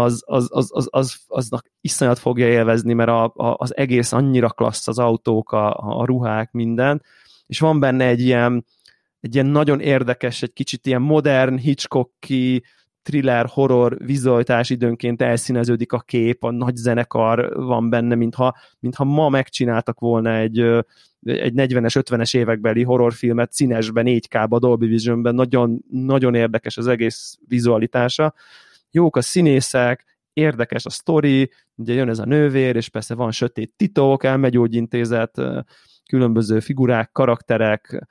aznak iszonyat fogja élvezni, mert az egész annyira klassz, az autók, a ruhák, minden, és van benne egy ilyen nagyon érdekes, egy kicsit ilyen modern, Hitchcocki, thriller, horror, vizualitás, időnként elszíneződik a kép, a nagy zenekar van benne, mintha ma megcsináltak volna egy 40-es, 50-es évekbeli horrorfilmet színesben, 4K-ba, Dolby Visionben, nagyon, nagyon érdekes az egész vizualitása. Jók a színészek, érdekes a sztori, ugye jön ez a nővér, és persze van sötét titok, elmegyógyintézet, különböző figurák, karakterek.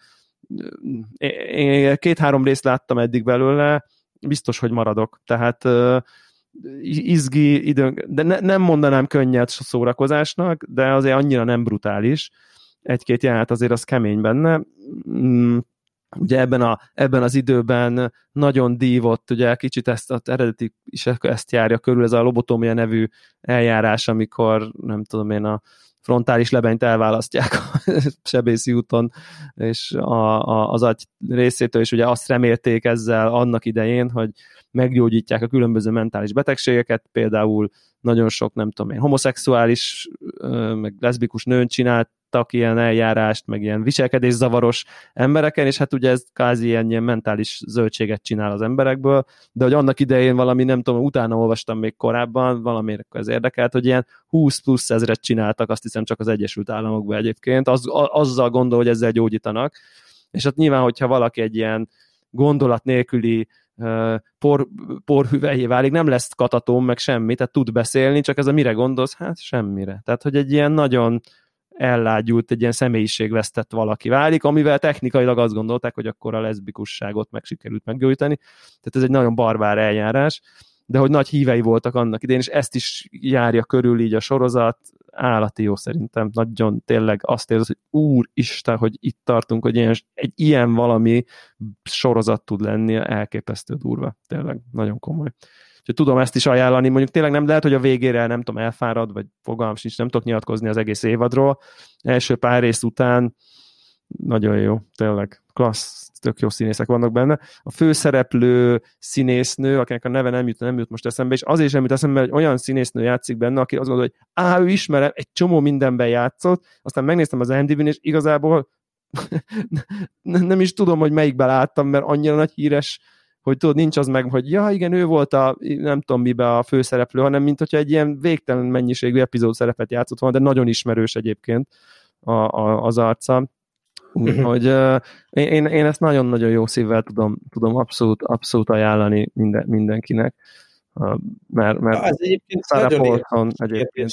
Én 2-3 részt láttam eddig belőle, biztos, hogy maradok. Tehát izgi időn, de nem mondanám könnyed szórakozásnak, de azért annyira nem brutális. Egy-két jelenet azért az kemény benne. Ugye ebben az időben nagyon dívott, ugye kicsit ezt az eredeti is ezt járja körül, ez a lobotómia nevű eljárás, amikor nem tudom én a frontális lebenyt elválasztják a sebészi úton, és az agy részétől, és ugye azt remélték ezzel annak idején, hogy meggyógyítják a különböző mentális betegségeket, például nagyon sok, nem tudom én, homoszexuális, meg leszbikus nőn csináltak ilyen eljárást, meg ilyen viselkedészavaros embereken, és hát ugye ez kázi ilyen mentális zöldséget csinál az emberekből, de hogy annak idején valami, nem tudom, utána olvastam még korábban, valamiért ez érdekelt, hogy ilyen 20 plusz ezret csináltak, azt hiszem csak az Egyesült Államokban egyébként, azzal gondol, hogy ezzel gyógyítanak, és hát nyilván, hogyha valaki egy ilyen gondolat nélküli porhüvelyé válik, nem lesz katatóm, meg semmi, tehát tud beszélni, csak ez a mire gondolsz? Hát semmire. Tehát, hogy egy ilyen nagyon ellágyult, egy ilyen személyiségvesztett valaki válik, amivel technikailag azt gondolták, hogy akkor a leszbikusságot meg sikerült meggyógyítani. Tehát ez egy nagyon barbár eljárás, de hogy nagy hívei voltak annak idején, és ezt is járja körül így a sorozat, állati jó szerintem. Nagyon tényleg azt érzed, hogy úristen, hogy itt tartunk, hogy egy ilyen valami sorozat tud lenni, elképesztő durva. Tényleg nagyon komoly. Úgyhogy tudom ezt is ajánlani, mondjuk tényleg nem lehet, hogy a végére nem tudom, elfárad, vagy fogalmam sincs, nem tudok nyilatkozni az egész évadról. Első pár rész után nagyon jó, tényleg klassz, tök jó színészek vannak benne. A főszereplő színésznő, akinek a neve nem jut most eszembe, és azért sem jut eszembe, hogy olyan színésznő játszik benne, aki azt gondolja, hogy ő ismerem, egy csomó mindenben játszott, aztán megnéztem az IMDb-n, és igazából nem is tudom, hogy melyikben láttam, mert annyira nagy híres, hogy tudod, nincs az meg, hogy ja, igen, ő volt a, nem tudom miben a főszereplő, hanem mint hogyha egy ilyen végtelen mennyiségű epizód szerepet játszott volna, de nagyon ismerős egyébként az arca. Úgyhogy én ezt nagyon-nagyon jó szívvel tudom abszolút ajánlani mindenkinek. Mert az egyébként nagyon egyébként.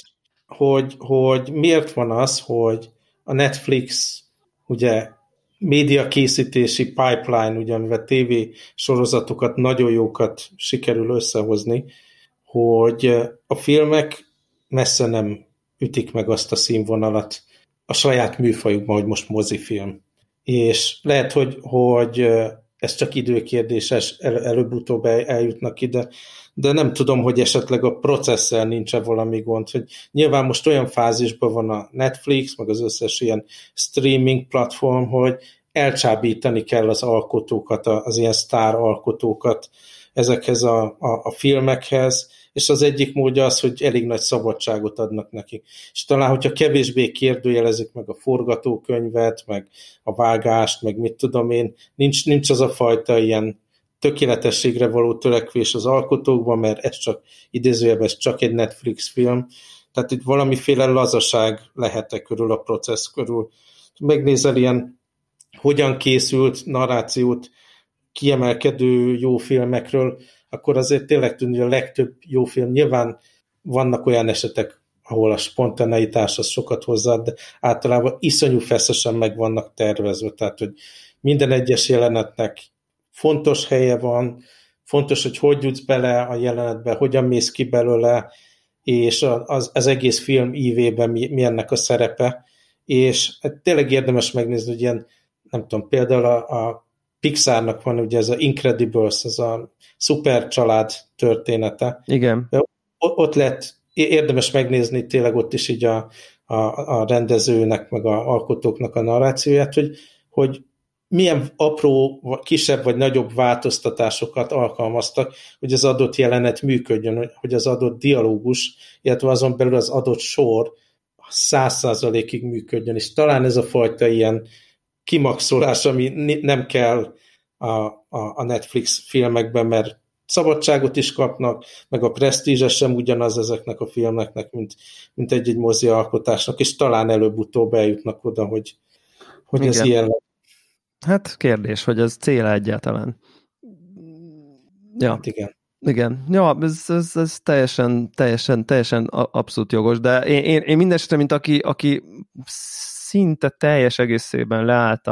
Hogy miért van az, hogy a Netflix ugye média készítési pipeline, ugye, amivel TV sorozatokat, nagyon jókat sikerül összehozni, hogy a filmek messze nem ütik meg azt a színvonalat a saját műfajukban, hogy most mozifilm. És lehet, hogy ez csak időkérdéses, előbb-utóbb eljutnak ide, de nem tudom, hogy esetleg a processzel nincs-e valami gond, hogy nyilván most olyan fázisban van a Netflix, meg az összes ilyen streaming platform, hogy elcsábítani kell az alkotókat, az ilyen sztár alkotókat ezekhez a filmekhez, és az egyik módja az, hogy elég nagy szabadságot adnak nekik. És talán, hogyha kevésbé kérdőjelezik meg a forgatókönyvet, meg a vágást, meg mit tudom én, nincs az a fajta ilyen tökéletességre való törekvés az alkotókban, mert ez csak idézőjelben, ez csak egy Netflix film. Tehát itt valamiféle lazaság lehet körül a processz körül. Megnézel ilyen hogyan készült narrációt kiemelkedő jó filmekről, akkor azért tényleg tudni, hogy a legtöbb jó film, nyilván vannak olyan esetek, ahol a spontaneitás az sokat hozzá, de általában iszonyú feszesen meg vannak tervezve, tehát hogy minden egyes jelenetnek fontos helye van, fontos, hogy jutsz bele a jelenetbe, hogyan mész ki belőle, és az egész film ívében mi ennek a szerepe, és tényleg érdemes megnézni, hogy ilyen, nem tudom, például a Pixarnak van ugye ez a Incredibles, ez a szuper család története. Igen. Ott lett érdemes megnézni tényleg ott is így a rendezőnek, meg a alkotóknak a narrációját, hogy milyen apró, kisebb vagy nagyobb változtatásokat alkalmaztak, hogy az adott jelenet működjön, hogy az adott dialógus, illetve azon belül az adott sor 100%-ig működjön, és talán ez a fajta ilyen kimaxolás, ami nem kell a Netflix filmekben, mert szabadságot is kapnak, meg a presztízse sem ugyanaz ezeknek a filmeknek, mint egy mozi alkotásnak, és talán előbb-utóbb eljutnak oda, hogy ez ilyen lesz. Hát kérdés, hogy ez cél egyáltalán. Ja. Hát igen. Igen. Ja, ez teljesen abszolút jogos, de én mindenesetre, mint aki szinte teljes egészében leállt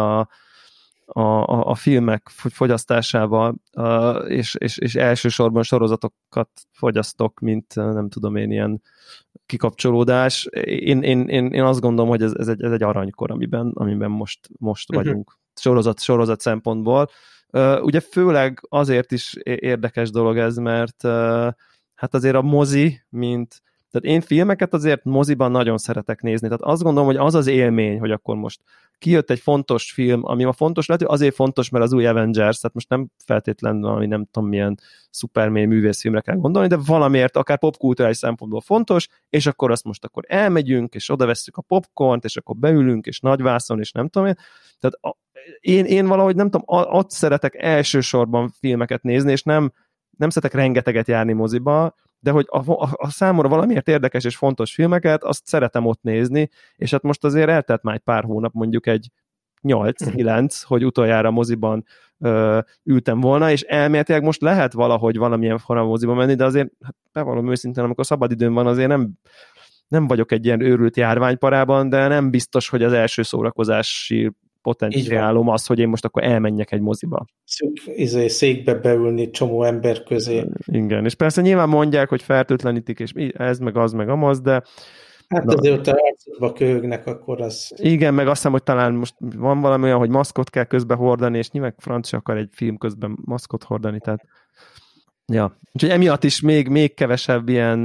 a filmek fogyasztásával, és elsősorban sorozatokat fogyasztok, mint nem tudom én, ilyen kikapcsolódás. Én azt gondolom, hogy ez egy aranykor, amiben most vagyunk sorozat szempontból. Ugye főleg azért is érdekes dolog ez, mert hát azért a mozi, tehát én filmeket azért moziban nagyon szeretek nézni, tehát azt gondolom, hogy az az élmény, hogy akkor most kijött egy fontos film, ami ma fontos, lehet, hogy azért fontos, mert az új Avengers, tehát most nem feltétlenül valami nem tudom milyen szupermély művészfilmre kell gondolni, de valamiért akár popkulturális szempontból fontos, és akkor azt most akkor elmegyünk, és oda vesszük a popcornt, és akkor beülünk, és nagyvászon, és nem tudom én. Tehát én valahogy nem tudom, ott szeretek elsősorban filmeket nézni, és nem szeretek rengeteget járni moziba, de hogy a számomra valamiért érdekes és fontos filmeket, azt szeretem ott nézni, és hát most azért eltelt már egy pár hónap, mondjuk egy 8-9, hogy utoljára moziban ültem volna, és elméletileg most lehet valahogy valamilyen formában moziba menni, de azért hát bevallom őszintén, amikor szabadidőm van, azért nem vagyok egy ilyen őrült járványparában, de nem biztos, hogy az első szórakozási potenciálom az, hogy én most akkor elmenjek egy moziba. Székbe beülni csomó ember közé. Igen, és persze nyilván mondják, hogy fertőtlenítik, és ez, meg az, meg amaz, de... Hát azért ott a arcodba köhögnek, akkor az... Igen, meg azt hiszem, hogy talán most van valami olyan, hogy maszkot kell közben hordani, és nyilván francia akar egy film közben maszkot hordani, tehát... Ja, úgyhogy emiatt is még kevesebb ilyen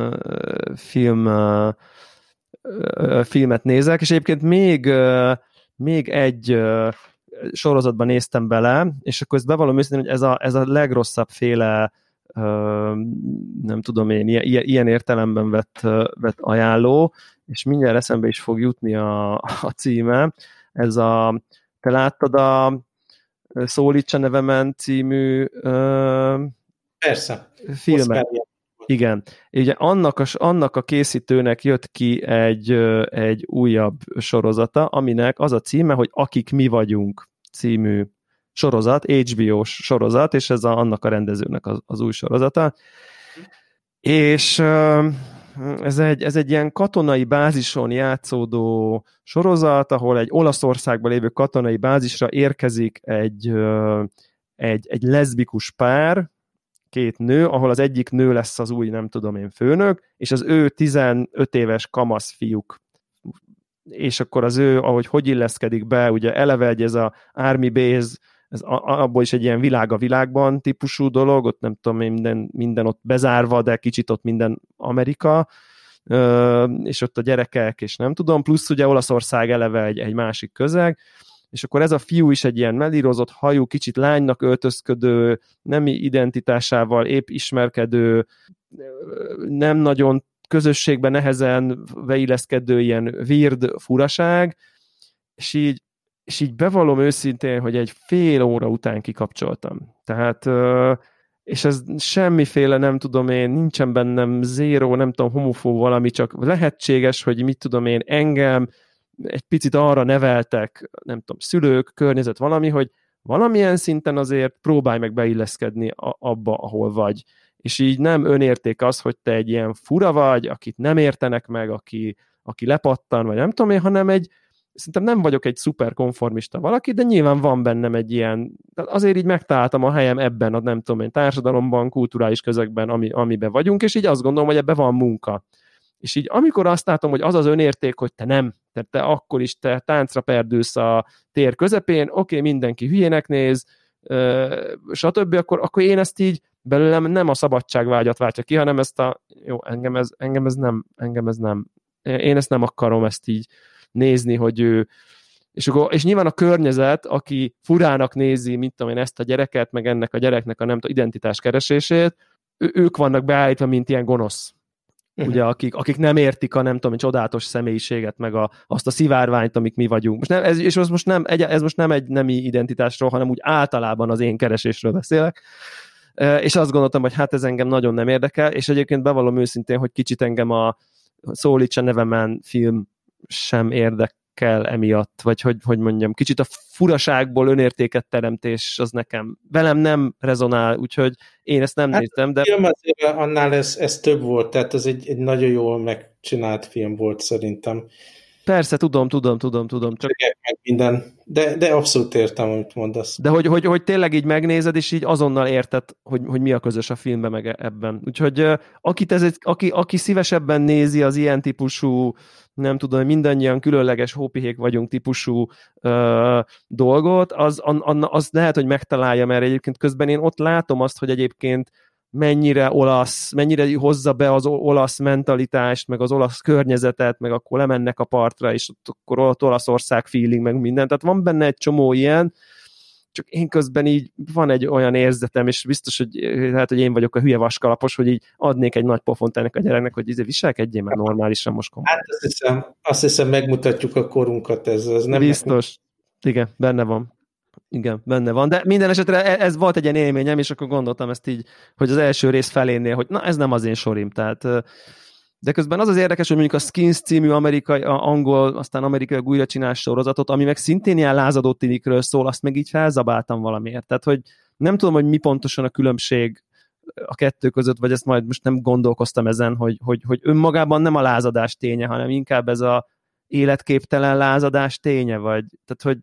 filmet nézek, és egyébként még egy sorozatban néztem bele, és akkor ezt bevallom őszintén, hogy ez a legrosszabb féle nem tudom én, ilyen értelemben vett ajánló, és mindjárt eszembe is fog jutni a címe. Te láttad a Szólítsa nevemen című persze. filmet? Igen. Ugye annak a készítőnek jött ki egy újabb sorozata, aminek az a címe, hogy Akik mi vagyunk című sorozat, HBO-s sorozat, és ez annak a rendezőnek az új sorozata. És ez egy ilyen katonai bázison játszódó sorozat, ahol egy Olaszországban lévő katonai bázisra érkezik egy leszbikus pár, két nő, ahol az egyik nő lesz az új, nem tudom én, főnök, és az ő 15 éves kamasz fiúk. És akkor az ő, hogy illeszkedik be, ugye eleve ez a Army Base, ez abból is egy ilyen világ a világban típusú dolog, ott nem tudom én, minden ott bezárva, de kicsit ott minden Amerika, és ott a gyerekek, és nem tudom, plusz ugye Olaszország eleve egy másik közeg, és akkor ez a fiú is egy ilyen mellírozott hajú, kicsit lánynak öltözködő, nemi identitásával épp ismerkedő, nem nagyon közösségben nehezen beilleszkedő ilyen weird furaság, és így bevallom őszintén, hogy egy fél óra után kikapcsoltam. Tehát, és ez semmiféle, nem tudom én, nincsen bennem zéró, nem tudom, homofób valami, csak lehetséges, hogy mit tudom én, engem egy picit arra neveltek, nem tudom, szülők, környezet valami, hogy valamilyen szinten azért próbálj meg beilleszkedni abba, ahol vagy. És így nem önérték az, hogy te egy ilyen fura vagy, akit nem értenek meg, aki lepattan, vagy nem tudom én, hanem szerintem nem vagyok egy szuper konformista valaki, de nyilván van bennem egy ilyen, azért így megtaláltam a helyem ebben a nem tudom én, társadalomban, kulturális közegben, amiben vagyunk, és így azt gondolom, hogy ebben van munka. És így amikor azt látom, hogy az az önérték, hogy te nem, tehát te akkor is te táncra perdülsz a tér közepén, oké, mindenki hülyének néz, stb., akkor én ezt így belőlem nem a szabadságvágyat váltja ki, hanem ezt jó, engem ez nem. Én ezt nem akarom ezt így nézni, hogy ő, és nyilván a környezet, aki furának nézi, mint tudom én, ezt a gyereket, meg ennek a gyereknek a nem tudom, identitás keresését, ők vannak beállítva, mint ilyen gonosz. Ugye, akik nem értik a nem tudom, csodálatos személyiséget, meg azt a szivárványt, amik mi vagyunk. Ez most nem egy nemi identitásról, hanem úgy általában az én keresésről beszélek. És azt gondoltam, hogy hát ez engem nagyon nem érdekel, és egyébként bevallom őszintén, hogy kicsit engem a Szólítsa nevemen film sem érdekel emiatt, vagy hogy mondjam, kicsit a furaságból önértéket teremtés az velem nem rezonál, úgyhogy én ezt nem néztem, de... Film azért annál ez több volt, tehát ez egy nagyon jól megcsinált film volt szerintem. Persze, tudom. Csak... Meg minden, de abszolút értem, amit mondasz. De hogy tényleg így megnézed, és így azonnal érted, hogy mi a közös a filmben, meg ebben. Úgyhogy aki szívesebben nézi az ilyen típusú, nem tudom, hogy mindannyian különleges hópihék vagyunk típusú dolgot, az lehet, hogy megtalálja, mert egyébként közben én ott látom azt, hogy egyébként mennyire hozza be az olasz mentalitást, meg az olasz környezetet, meg akkor lemennek a partra, és akkor ott Olaszország feeling, meg minden. Tehát van benne egy csomó ilyen, csak én közben így van egy olyan érzetem, és biztos, hogy lehet, hogy én vagyok a hülye vaskalapos, hogy így adnék egy nagy pofont ennek a gyereknek, hogy viselkedjél már normálisan most komolyan. Hát azt hiszem megmutatjuk a korunkat, ez nem... Biztos. Igen, benne van. Igen, benne van, de minden esetre ez volt egy ilyen élményem, és akkor gondoltam ezt így, hogy az első rész felénél, hogy na, ez nem az én sorim, tehát de közben az érdekes, hogy mondjuk a Skins című angol, aztán amerikai újra csinál sorozatot, ami meg szintén ilyen lázadó tinikről szól, azt meg így felzabáltam valamiért, tehát hogy nem tudom, hogy mi pontosan a különbség a kettő között, vagy ezt majd most nem gondolkoztam ezen, hogy önmagában nem a lázadás ténye, hanem inkább ez a életképtelen lázadás ténye, vagy tehát, hogy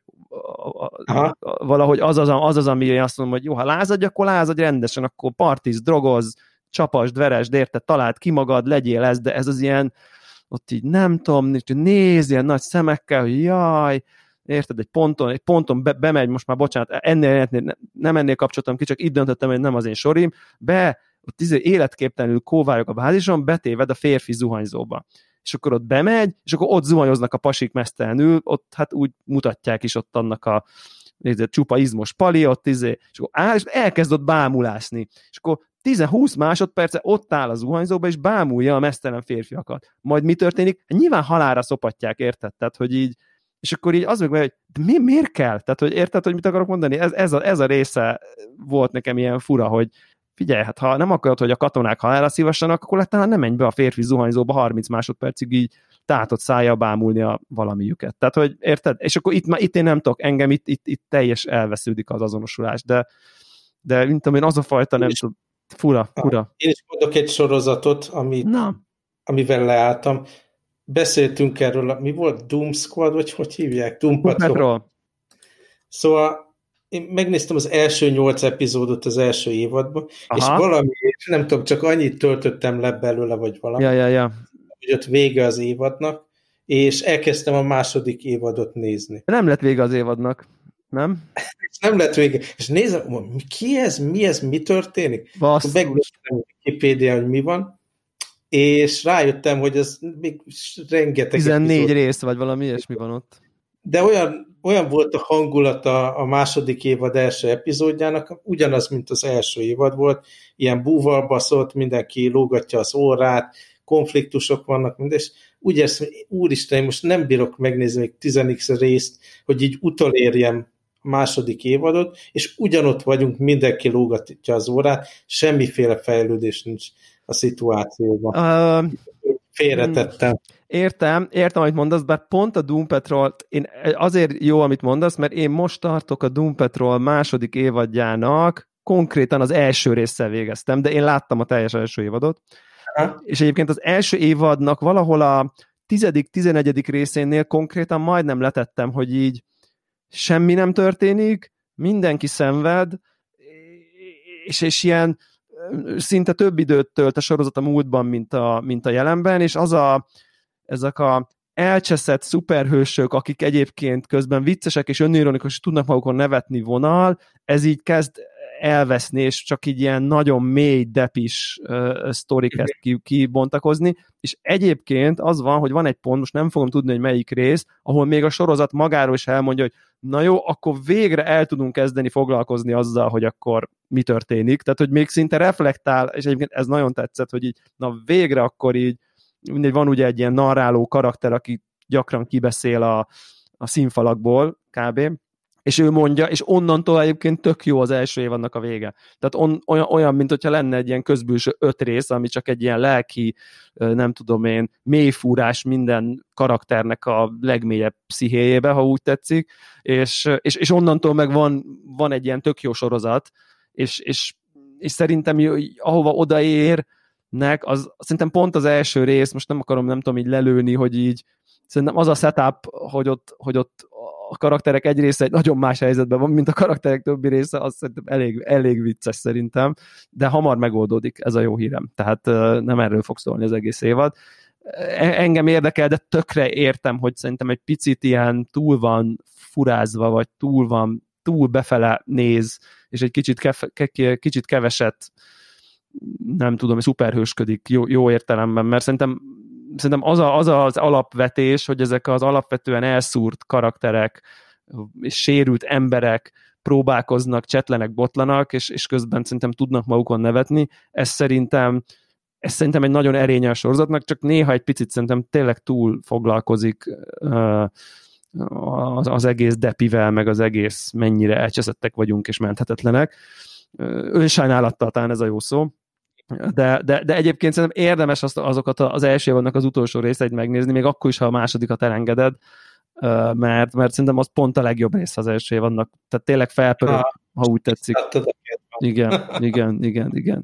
valahogy az, ami azt mondom, hogy jó, ha lázadj, akkor lázadj rendesen, akkor partiz, drogoz, csapasd, veresd, érted, találd ki magad, legyél ez, de ez az ilyen, ott így nem tudom, néz ilyen nagy szemekkel, hogy jaj, érted, egy ponton bemegy, most már bocsánat, nem ennél kapcsoltam ki, csak itt döntöttem, hogy nem az én sorim, ott életképtelenül kóváljuk a bázison, betéved a férfi zuhanyzóba. és akkor ott bemegy, és akkor ott zuhanyoznak a pasik mesztelenül, ott hát úgy mutatják is ott annak a csupa izmos pali, ott és akkor áll, és elkezd ott bámulászni. És akkor 10-20 másodperce ott áll a zuhanyzóba, és bámulja a mesztelen férfiakat. Majd mi történik? Nyilván halálra szopatják, érted? Tehát, hogy így, és akkor így az meg, hogy miért kell? Tehát, hogy érted, hogy mit akarok mondani? Ez a része volt nekem ilyen fura, hogy figyelj, hát ha nem akarod, hogy a katonák halálra szívassanak, akkor talán nem menj be a férfi zuhanyzóba 30 másodpercig így tátott szájjal bámulni a valamiüket. Tehát, hogy érted? És akkor itt én nem tudok, engem itt teljes elvesződik az azonosulás, de mint amilyen az a fajta, nem tudom, fura. Én is mondok egy sorozatot, amivel leálltam. Beszéltünk erről, mi volt? Doom Squad, vagy hogy hívják? Doom Patrol. Szóval én megnéztem az első 8 epizódot az első évadban, és valami, nem tudom, csak annyit töltöttem le belőle, vagy valami, hogy ott vége az évadnak, és elkezdtem a második évadot nézni. Nem lett vége az évadnak, nem? Nem lett vége. És nézem, ki ez, mi történik? Megnéztem a Wikipédia, hogy mi van, és rájöttem, hogy ez még rengeteg 14 epizód. Rész, vagy valami ilyesmi van ott. De olyan volt a hangulata a második évad első epizódjának, ugyanaz, mint az első évad volt, ilyen búval baszott, mindenki lógatja az órát, konfliktusok vannak, és úgy érzem, hogy úristen, én most nem bírok megnézni még 10x részt, hogy így utolérjem a második évadot, és ugyanott vagyunk, mindenki lógatja az órát, semmiféle fejlődés nincs a szituációban. Félretettem. Értem, amit mondasz, bár pont a Doom Patrol, azért jó, amit mondasz, mert én most tartok a Doom Patrol második évadjának, konkrétan az első résszel végeztem, de én láttam a teljes első évadot, és egyébként az első évadnak valahol a 10.-11. részénél konkrétan majdnem letettem, hogy így semmi nem történik, mindenki szenved, és ilyen szinte több időt tölt a sorozat a múltban, mint a jelenben, és ezek a elcseszett szuperhősök, akik egyébként közben viccesek és önironikus, és tudnak magukon nevetni vonal, ez így kezd elveszni, és csak így ilyen nagyon mély, depis sztorik kezd kibontakozni, és egyébként az van, hogy van egy pont, most nem fogom tudni, hogy melyik rész, ahol még a sorozat magáról is elmondja, hogy na jó, akkor végre el tudunk kezdeni foglalkozni azzal, hogy akkor mi történik, tehát hogy még szinte reflektál, és egyébként ez nagyon tetszett, hogy így, na végre akkor így, mindegy, van ugye egy ilyen narráló karakter, aki gyakran kibeszél a színfalakból kb., és ő mondja, és onnantól egyébként tök jó az első évadnak a vége. Tehát olyan, mint hogyha lenne egy ilyen közbülső 5 rész, ami csak egy ilyen lelki, nem tudom én, mélyfúrás minden karakternek a legmélyebb pszichéjébe, ha úgy tetszik, és onnantól meg van egy ilyen tök jó sorozat, és szerintem ahova odaérnek, az szerintem pont az első rész, most nem tudom így lelőni, hogy így szerintem az a setup, hogy ott a karakterek egy része egy nagyon más helyzetben van, mint a karakterek többi része, az szerintem elég vicces szerintem, de hamar megoldódik, ez a jó hírem. Tehát nem erről fog szólni az egész évad. Engem érdekel, de tökre értem, hogy szerintem egy picit ilyen túl van furázva, vagy túl befele néz, és egy kicsit keveset, nem tudom, szuperhősködik jó értelemben, mert szerintem az alapvetés, hogy ezek az alapvetően elszúrt karakterek és sérült emberek próbálkoznak, csetlenek, botlanak, és közben szerintem tudnak magukon nevetni. Ez szerintem egy nagyon erénye a sorozatnak, csak néha egy picit szerintem tényleg túl foglalkozik az egész depivel, meg az egész mennyire elcseszettek vagyunk és menthetetlenek. Önsajnálattal talán ez a jó szó. De egyébként szerintem érdemes azokat az első évadnak az utolsó részeit megnézni, még akkor is, ha a másodikat elengeded, mert szerintem az pont a legjobb rész az első évadnak. Tehát tényleg felpörög, ha úgy tetszik. Igen.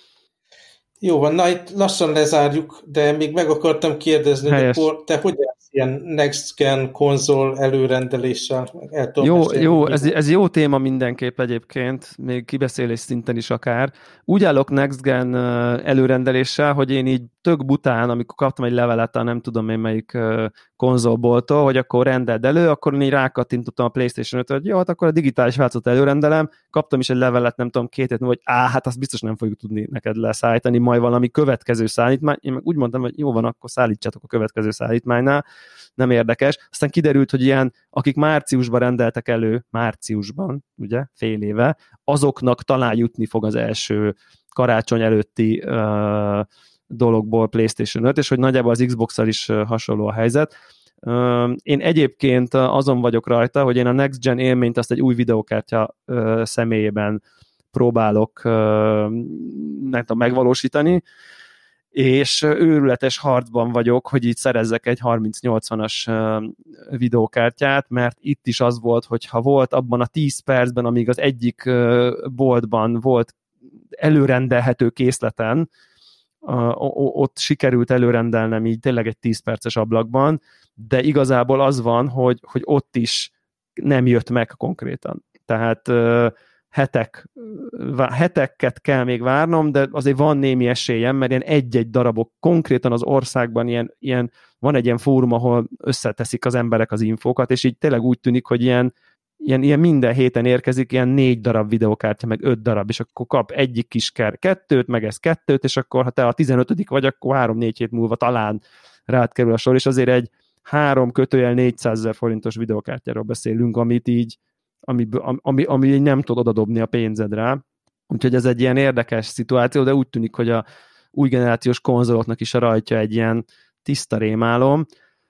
Jó van, na itt lassan lezárjuk, de még meg akartam kérdezni, hogy te hogy állsz ilyen next gen konzol előrendeléssel el tudom Jó, ez jó téma mindenképp egyébként, még kibeszélés szinten is akár. Úgy állok next gen előrendeléssel, hogy én így tök bután, amikor kaptam egy levelet a nem tudom én melyik konzolboltól, hogy akkor rendeld elő, akkor én így rákattintottam a PlayStation 5-re, hogy jó, hát akkor a digitális változatot előrendelem, kaptam is egy levelet, nem tudom, 2 hét múlva, hogy hát azt biztos nem fogjuk tudni neked leszállítani, majd valami következő szállítmány. Én meg úgy mondtam, hogy jó van, akkor szállítsátok a következő szállítmánynál, nem érdekes. Aztán kiderült, hogy ilyen, akik márciusban rendeltek elő, ugye, fél éve, azoknak talán jutni fog az első karácsony előtti dologból PlayStation 5, és hogy nagyjából az Xbox-szal is hasonló a helyzet. Én egyébként azon vagyok rajta, hogy én a Next Gen élményt azt egy új videókártya személyében próbálok megvalósítani, és őrületes harcban vagyok, hogy így szerezzek egy 3080-as videókártyát, mert itt is az volt, hogy ha volt abban a 10 percben, amíg az egyik boltban volt előrendelhető készleten, ott sikerült előrendelnem így tényleg egy 10 perces ablakban, de igazából az van, hogy ott is nem jött meg konkrétan. Tehát heteket kell még várnom, de azért van némi esélyem, mert ilyen egy-egy darabok konkrétan az országban ilyen van egy ilyen fórum, ahol összeteszik az emberek az infókat, és így tényleg úgy tűnik, hogy ilyen minden héten érkezik, ilyen 4 darab videókártya, meg 5 darab, és akkor kap egyik kis 2-t, meg ez 2-t, és akkor ha te a 15. vagy, akkor 3-4 hét múlva talán rád kerül a sor, és azért egy 3-400 000 forintos videókártyáról beszélünk, amit így ami így nem tud odadobni a pénzed rá. Úgyhogy ez egy ilyen érdekes szituáció, de úgy tűnik, hogy a új generációs konzoloknak is a rajtja egy ilyen tiszta rémálom.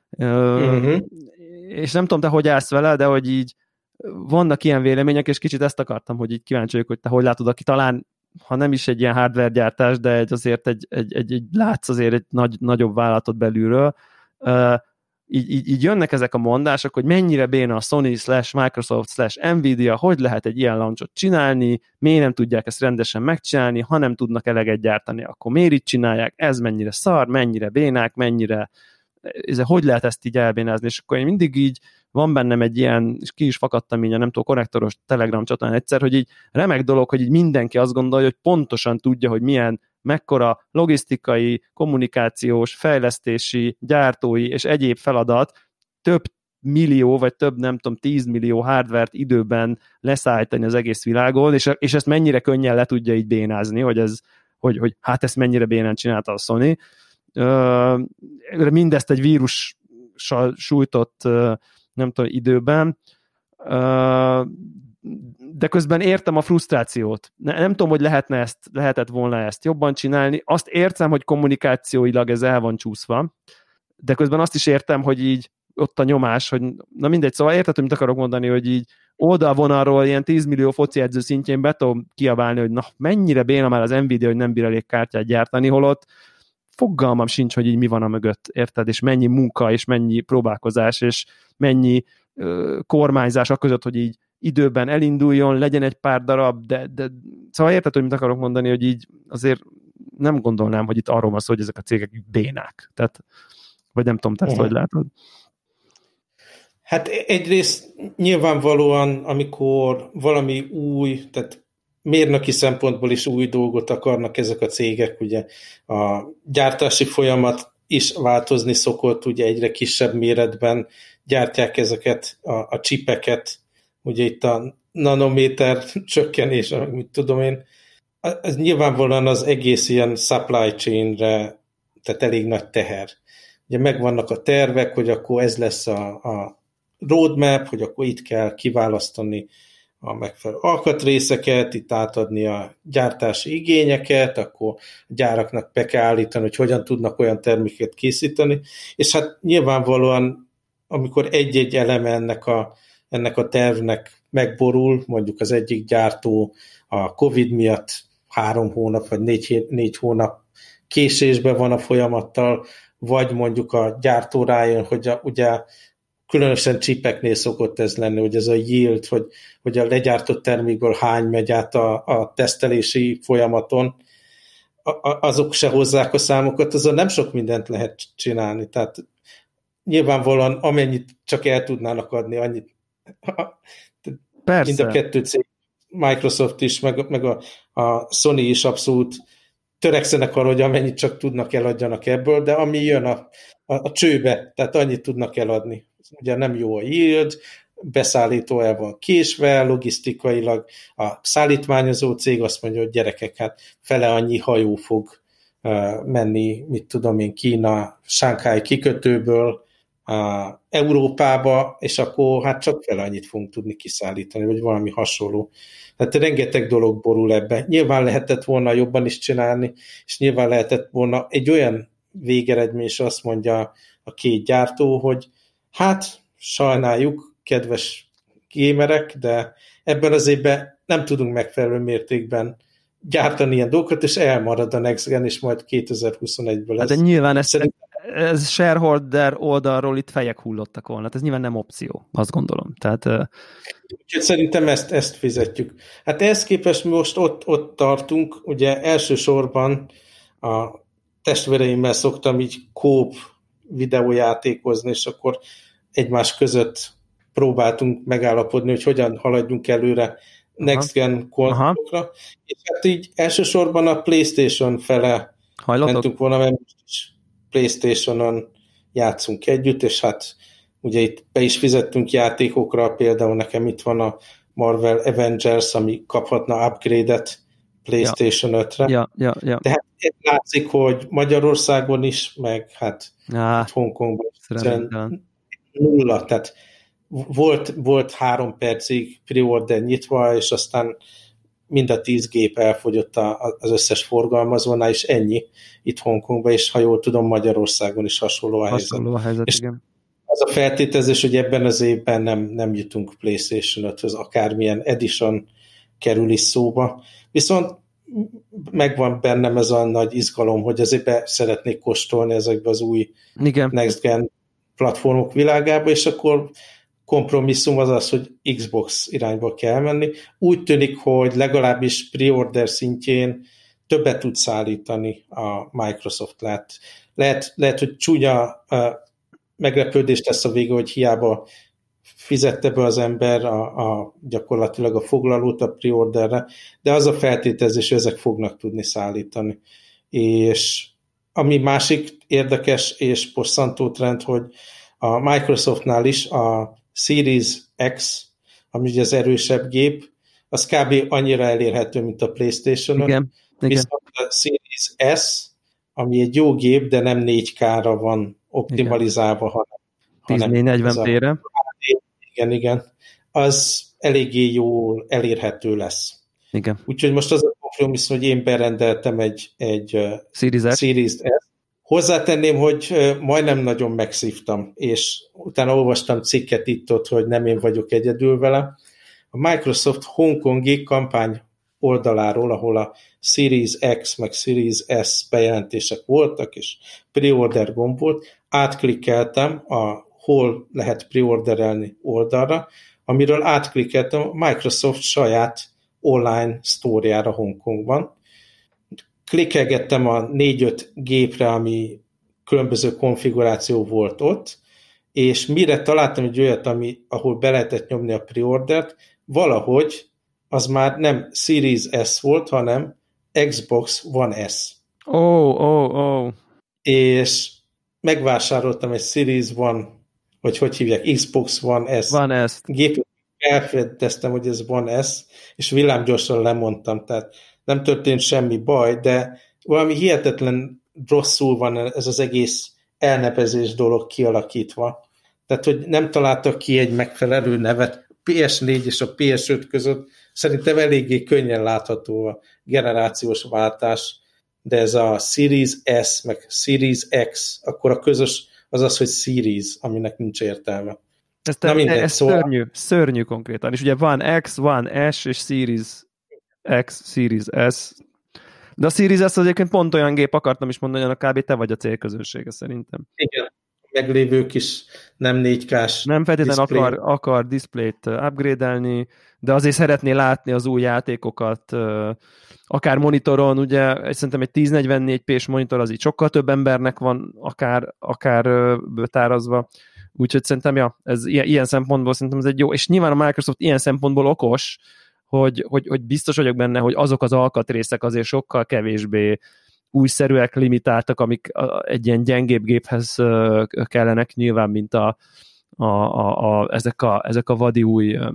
És nem tudom, te hogy állsz vele, de hogy így vannak ilyen vélemények, és kicsit ezt akartam, hogy így kíváncsi vagyok, hogy te hogy látod, aki talán, ha nem is egy ilyen hardware gyártás, de azért látsz azért egy nagyobb vállalatot belülről, így jönnek ezek a mondások, hogy mennyire béna a Sony /Microsoft /Nvidia, hogy lehet egy ilyen launchot csinálni, miért nem tudják ezt rendesen megcsinálni, ha nem tudnak eleget gyártani, akkor miért így csinálják, ez mennyire szar, mennyire bénák, hogy lehet ezt így elbénázni, és akkor én mindig így van bennem egy ilyen, és ki is fakadtam így a nem tudom, konnektoros Telegram csatornán egyszer, hogy így remek dolog, hogy így mindenki azt gondolja, hogy pontosan tudja, hogy mekkora logisztikai, kommunikációs, fejlesztési, gyártói és egyéb feladat több millió, vagy több nem tudom, 10 millió hardvert időben leszállítani az egész világon, és ezt mennyire könnyen le tudja így bénázni, hogy hát ezt mennyire bénán csinálta a Sony. Mindezt egy vírussal sújtott nem tudom, időben, de közben értem a frusztrációt. Nem tudom, hogy lehetett volna ezt jobban csinálni. Azt értem, hogy kommunikációilag ez el van csúszva, de közben azt is értem, hogy így ott a nyomás, hogy na mindegy, szóval érted, hogy mit akarok mondani, hogy így oldalvonalról ilyen 10 millió foci edző szintjén be tudom kiabálni, hogy na mennyire béna már az Nvidia, hogy nem bír elég kártyát gyártani, holott fogalmam sincs, hogy így mi van a mögött, érted, és mennyi munka, és mennyi próbálkozás, és mennyi kormányzás a között, hogy így időben elinduljon, legyen egy pár darab, de szóval érted, hogy mit akarok mondani, hogy így azért nem gondolnám, hogy itt arról van szó, hogy ezek a cégek bénák. Tehát, vagy nem tudom, te ezt hogy látod? Hát egyrészt nyilvánvalóan, amikor valami új, tehát mérnöki szempontból is új dolgot akarnak ezek a cégek, ugye a gyártási folyamat is változni szokott, ugye egyre kisebb méretben gyártják ezeket a csipeket, ugye itt a nanométer csökkenés, mit tudom én, ez nyilvánvalóan az egész ilyen supply chainre, tehát elég nagy teher. Ugye megvannak a tervek, hogy akkor ez lesz a roadmap, hogy akkor itt kell kiválasztani a megfelelő alkatrészeket, itt átadni a gyártási igényeket, akkor a gyáraknak be kell állítani, hogy hogyan tudnak olyan terméket készíteni, és hát nyilvánvalóan, amikor egy-egy eleme ennek a tervnek megborul, mondjuk az egyik gyártó a Covid miatt 3 hónap vagy 4 hónap késésben van a folyamattal, vagy mondjuk a gyártó rájön, hogy ugye különösen csipeknél szokott ez lenni, hogy ez a yield, hogy a legyártott termékből hány megy át a tesztelési folyamaton, azok se hozzák a számokat, azon nem sok mindent lehet csinálni. Tehát nyilvánvalóan amennyit csak el tudnának adni, annyit. Persze. Mind a kettő cég, Microsoft is, meg a Sony is abszolút törekszenek arra, hogy amennyit csak tudnak eladjanak ebből, de ami jön a csőbe, tehát annyit tudnak eladni. Ugye nem jó a yield, beszállító el van késve, logisztikailag a szállítmányozó cég azt mondja, hogy gyerekek, hát fele annyi hajó fog menni, mit tudom én, Kína, Shanghai kikötőből Európába, és akkor hát csak fele annyit fogunk tudni kiszállítani, vagy valami hasonló. Tehát rengeteg dolog borul ebbe. Nyilván lehetett volna jobban is csinálni, és nyilván lehetett volna egy olyan végeredmény, és azt mondja a két gyártó, hogy hát sajnáljuk, kedves gamerek, de ebben az évben nem tudunk megfelelő mértékben gyártani ilyen dolgokat, és elmarad a Next Gen, és majd 2021-ből ez. Hát de nyilván ez shareholder oldalról itt fejek hullottak volna. Ez nyilván nem opció, azt gondolom. Tehát, úgyhogy szerintem ezt fizetjük. Hát ehhez képest most ott tartunk, ugye elsősorban a testvéreimmel szoktam így kóp videójátékozni, és akkor egymás között próbáltunk megállapodni, hogy hogyan haladjunk előre Next Gen konzolokra. És hát így elsősorban a PlayStation fele mentünk volna, mert most is PlayStation-on játszunk együtt, és hát ugye itt be is fizettünk játékokra, például nekem itt van a Marvel Avengers, ami kaphatna upgrade-et PlayStation 5-re. Ja. De hát látszik, hogy Magyarországon is, meg hát Hongkongban nulla, tehát volt 3 percig pre-order nyitva, és aztán mind a 10 gép elfogyott az összes forgalmazónál, és ennyi itt Hongkongban, és ha jól tudom, Magyarországon is hasonló a helyzet. És igen. Az a feltételezés, hogy ebben az évben nem jutunk PlayStation 5-höz, akármilyen edition kerül is szóba. Viszont megvan bennem ez a nagy izgalom, hogy azért be szeretnék kóstolni ezekbe az új Next Gen platformok világába, és akkor kompromisszum az, hogy Xbox irányba kell menni. Úgy tűnik, hogy legalábbis pre-order szintjén többet tud szállítani a Microsoft. Lehet, hogy csúnya meglepődést lesz a vége, hogy hiába fizette be az ember gyakorlatilag a foglalót a pre-orderre, de az a feltételezés, hogy ezek fognak tudni szállítani. És ami másik érdekes és bosszantó trend, hogy a Microsoftnál is a Series X, ami ugye az erősebb gép, az kb. Annyira elérhető, mint a PlayStation-on. Igen. Viszont a Series S, ami egy jó gép, de nem 4K-ra van optimalizálva, hanem 1040p-re. Igen. Az eléggé jól elérhető lesz. Igen. Úgyhogy most az a kompromisszum, hogy én berendeltem egy Series S. Hozzátenném, hogy majdnem nagyon megszívtam, és utána olvastam cikket itt-ott, hogy nem én vagyok egyedül vele. A Microsoft hongkongi kampány oldaláról, ahol a Series X meg Series S bejelentések voltak, és pre-order gomb volt, átklikkeltem hol lehet pre-orderelni oldalra, amiről átklikkeltem a Microsoft saját online sztóriára Hongkongban. Klikkelgettem a 4-5 gépre, ami különböző konfiguráció volt ott, és mire találtam egy olyat, ahol be lehetett nyomni a pre-ordert, valahogy az már nem Series S volt, hanem Xbox One S. És megvásároltam egy Series One, vagy hogy hívják, Xbox One S. Gépet elfedeztem, hogy ez One S, és villámgyorsan lemondtam, tehát nem történt semmi baj, de valami hihetetlen rosszul van ez az egész elnevezés dolog kialakítva. Tehát, hogy nem találtak ki egy megfelelő nevet PS4 és a PS5 között, szerintem eléggé könnyen látható a generációs váltás, de ez a Series S, meg Series X, akkor a közös az, hogy Series, aminek nincs értelme. Ez szörnyű konkrétan. És ugye van X, van S, és Series X, Series S. De a Series S az egyébként pont olyan gép, akartam is mondani, hogy kb. Te vagy a célközönsége szerintem. Igen, meglévők is nem 4K-s nem feltétlenül akar diszplét upgrade-elni, de azért szeretné látni az új játékokat, akár monitoron, ugye szerintem egy 1044p-s monitor az így sokkal több embernek van akár betárazva, úgyhogy szerintem, ja, ez ilyen szempontból szerintem ez egy jó, és nyilván a Microsoft ilyen szempontból okos, hogy biztos vagyok benne, hogy azok az alkatrészek azért sokkal kevésbé újszerűek, limitáltak, amik egy ilyen gyengébb géphez kellenek nyilván, mint ezek a vadi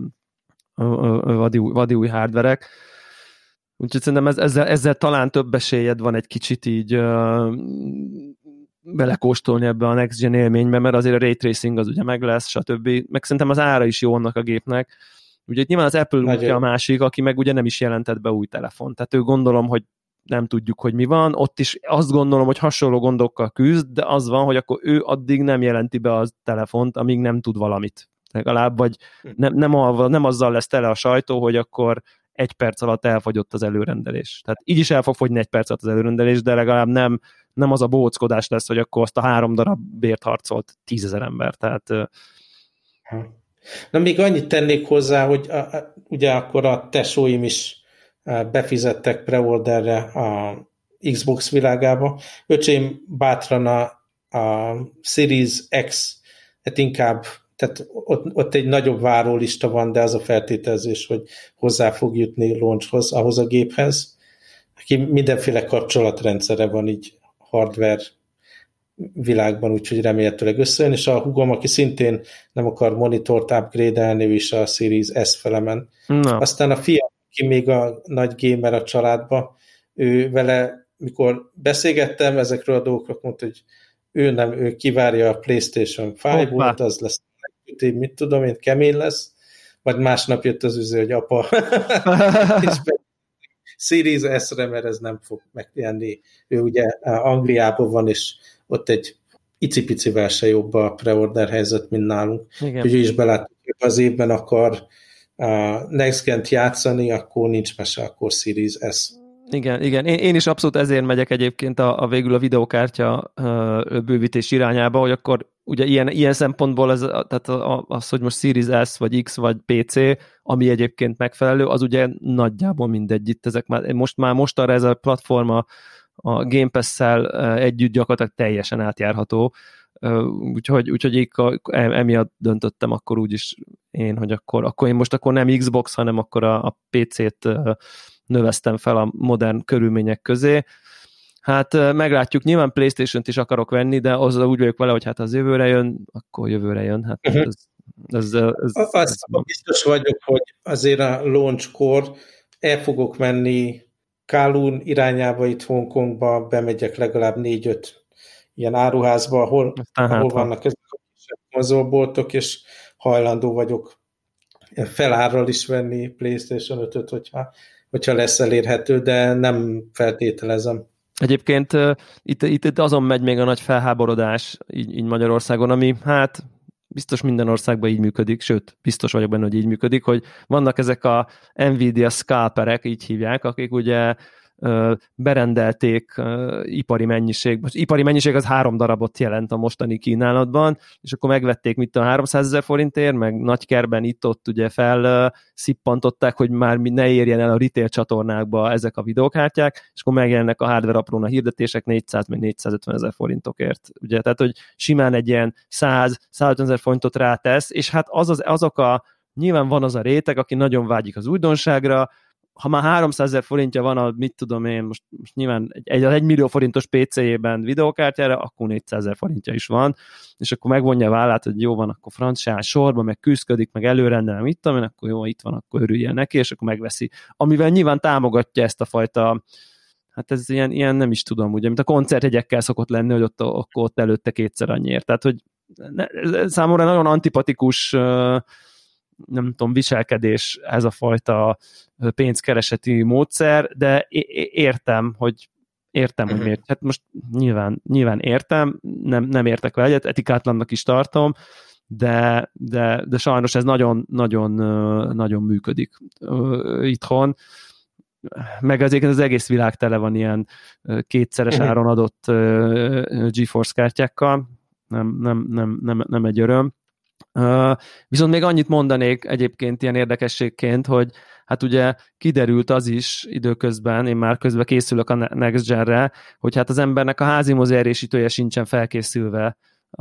új hardverek. Úgyhogy szerintem ezzel talán több esélyed van egy kicsit így belekóstolni ebbe a Next Gen élménybe, mert azért a Ray Tracing az ugye meg lesz, stb. Meg szerintem az ára is jó annak a gépnek. Ugye itt nyilván az Apple útja a másik, aki meg ugye nem is jelentett be új telefon. Tehát ő gondolom, hogy nem tudjuk, hogy mi van. Ott is azt gondolom, hogy hasonló gondokkal küzd, de az van, hogy akkor ő addig nem jelenti be a telefont, amíg nem tud valamit. Legalább, vagy nem azzal lesz tele a sajtó, hogy akkor 1 perc alatt elfogyott az előrendelés. Tehát így is el fog fogyni 1 perc alatt az előrendelés, de legalább nem az a bóckodás lesz, hogy akkor azt a 3 darab bért harcolt 10 000 ember. Tehát... Na, még annyit tennék hozzá, hogy ugye akkor a tesóim is befizettek preorderre a Xbox világába. Öcsém bátran a Series X-et inkább, tehát ott egy nagyobb várólista van, de az a feltételezés, hogy hozzá fog jutni launchhoz, ahhoz a géphez. Aki mindenféle kapcsolatrendszere van így hardware világban, úgyhogy remélhetőleg összejön, és a húgom, aki szintén nem akar monitort upgrade-elni, ő is a Series S felemen. No. Aztán a fiam, aki még a nagy gamer a családba, ő vele, mikor beszélgettem ezekről a dolgokról, mondta, hogy ő kivárja a PlayStation 5-ot, az lesz, mit tudom én, kemény lesz, vagy másnap jött az üző, hogy apa, és Series S-re, mert ez nem fog megjelenni. Ő ugye Angliában van, és ott egy icipici se jobb a preorder helyzet, mint nálunk. Úgyhogy is belátjuk, hogy az évben akar Next Gen-t játszani, akkor nincs mese, akkor Series S. Igen. Én is abszolút ezért megyek egyébként végül a videokártya bővítés irányába, hogy akkor ugye ilyen szempontból tehát az, hogy most Series S, vagy X, vagy PC, ami egyébként megfelelő, az ugye nagyjából mindegy. Itt ezek mostanra ez a platforma a Game Pass-szel együtt gyakorlatilag teljesen átjárható, úgyhogy emiatt döntöttem akkor úgyis én, hogy akkor én most akkor nem Xbox, hanem akkor a PC-t növeztem fel a modern körülmények közé. Hát meglátjuk, nyilván PlayStation-t is akarok venni, de azzal úgy vagyok vele, hogy hát az jövőre jön, akkor jövőre jön. Hát Azt biztos vagyok, hogy azért a launchkor el fogok menni Kowloon irányába, itt Hongkongba, bemegyek legalább 4-5 ilyen áruházba, ahol vannak ezek a kisebb konzolboltok, és hajlandó vagyok felárral is venni PlayStation 5-öt, hogyha lesz elérhető, de nem feltételezem. Egyébként itt azon megy még a nagy felháborodás így Magyarországon, ami hát biztos minden országban így működik, sőt, biztos vagyok benne, hogy így működik, hogy vannak ezek a Nvidia scalperek, így hívják, akik ugye berendelték ipari mennyiség. Most ipari mennyiség az 3 darabot jelent a mostani kínálatban, és akkor megvették mit a 300 000 forintért, meg Nagykerben itt-ott ugye felszippantották, hogy már ne érjen el a retail csatornákba ezek a videókártyák, és akkor megjelennek a hardware aprón a hirdetések 400 meg 450 000 forintokért. Ugye, tehát, hogy simán egy ilyen 100-150 000 forintot rátesz, és hát nyilván van az a réteg, aki nagyon vágyik az újdonságra, ha már 300 000 forintja van mit tudom én, most nyilván egy 1 millió forintos PC-jében videókártyára, akkor 400 000 forintja is van, és akkor megvonja a vállát, hogy jó van, akkor francián sorba, meg küzdködik, meg előrendelem, mit tudom én, akkor jó, itt van, akkor örüljön neki, és akkor megveszi. Amivel nyilván támogatja ezt a fajta, hát ez ilyen nem is tudom, ugye, mint a koncertjegyekkel szokott lenni, hogy ott előtte 2-szer annyiért. Tehát, hogy számomra nagyon antipatikus nem tudom, viselkedés ez a fajta pénzkereseti módszer, de értem, hogy miért. Hát most nyilván értem, nem értek vele egyet, etikátlannak is tartom, de sajnos ez nagyon működik itthon. Meg azért az egész világ tele van ilyen 2-szeres áron adott GeForce kártyákkal. nem egy öröm. Viszont még annyit mondanék egyébként ilyen érdekességként, hogy hát ugye kiderült az is időközben, én már közben készülök a Next Gen-re, hogy hát az embernek a házimozi erősítője sincsen felkészülve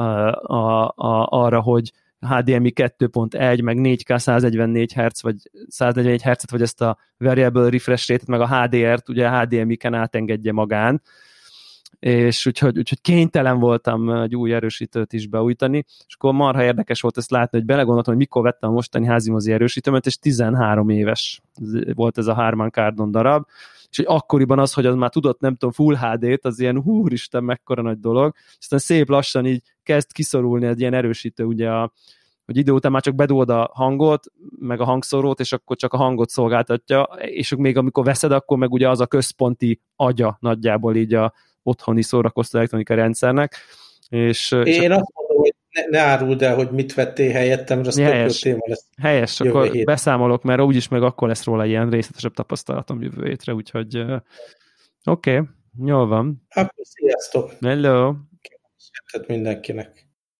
arra, hogy HDMI 2.1, meg 4K 144 Hz, vagy 144 Hz-et, vagy ezt a Variable Refresh Rate-et, meg a HDR-t ugye HDMI-ken átengedje magán, és úgyhogy kénytelen voltam egy új erősítőt is beújítani, és akkor marha érdekes volt ezt látni, hogy belegondoltam, hogy mikor vettem a mostani házimozi erősítőmet, és 13 éves volt ez a Harman Kardon darab, és hogy akkoriban az, hogy az már tudott, nem tudom, Full HD-t, az ilyen húristen, mekkora nagy dolog, és aztán szép lassan így kezd kiszorulni egy ilyen erősítő, ugye hogy idő után már csak bedugod a hangot, meg a hangszórót, és akkor csak a hangot szolgáltatja, és még amikor veszed, akkor meg ugye az a központi agya nagyjából így a otthoni szórakoztató elektronikai rendszernek. Én azt mondom, hogy ne áruld el, hogy mit vettél helyettem, mert az több téma lesz. Helyes, akkor beszámolok, mert úgyis meg akkor lesz róla ilyen részletesebb tapasztalatom jövő hétre, úgyhogy oké, jól van. Akkor sziasztok! Hello! Köszönöm mindenkinek!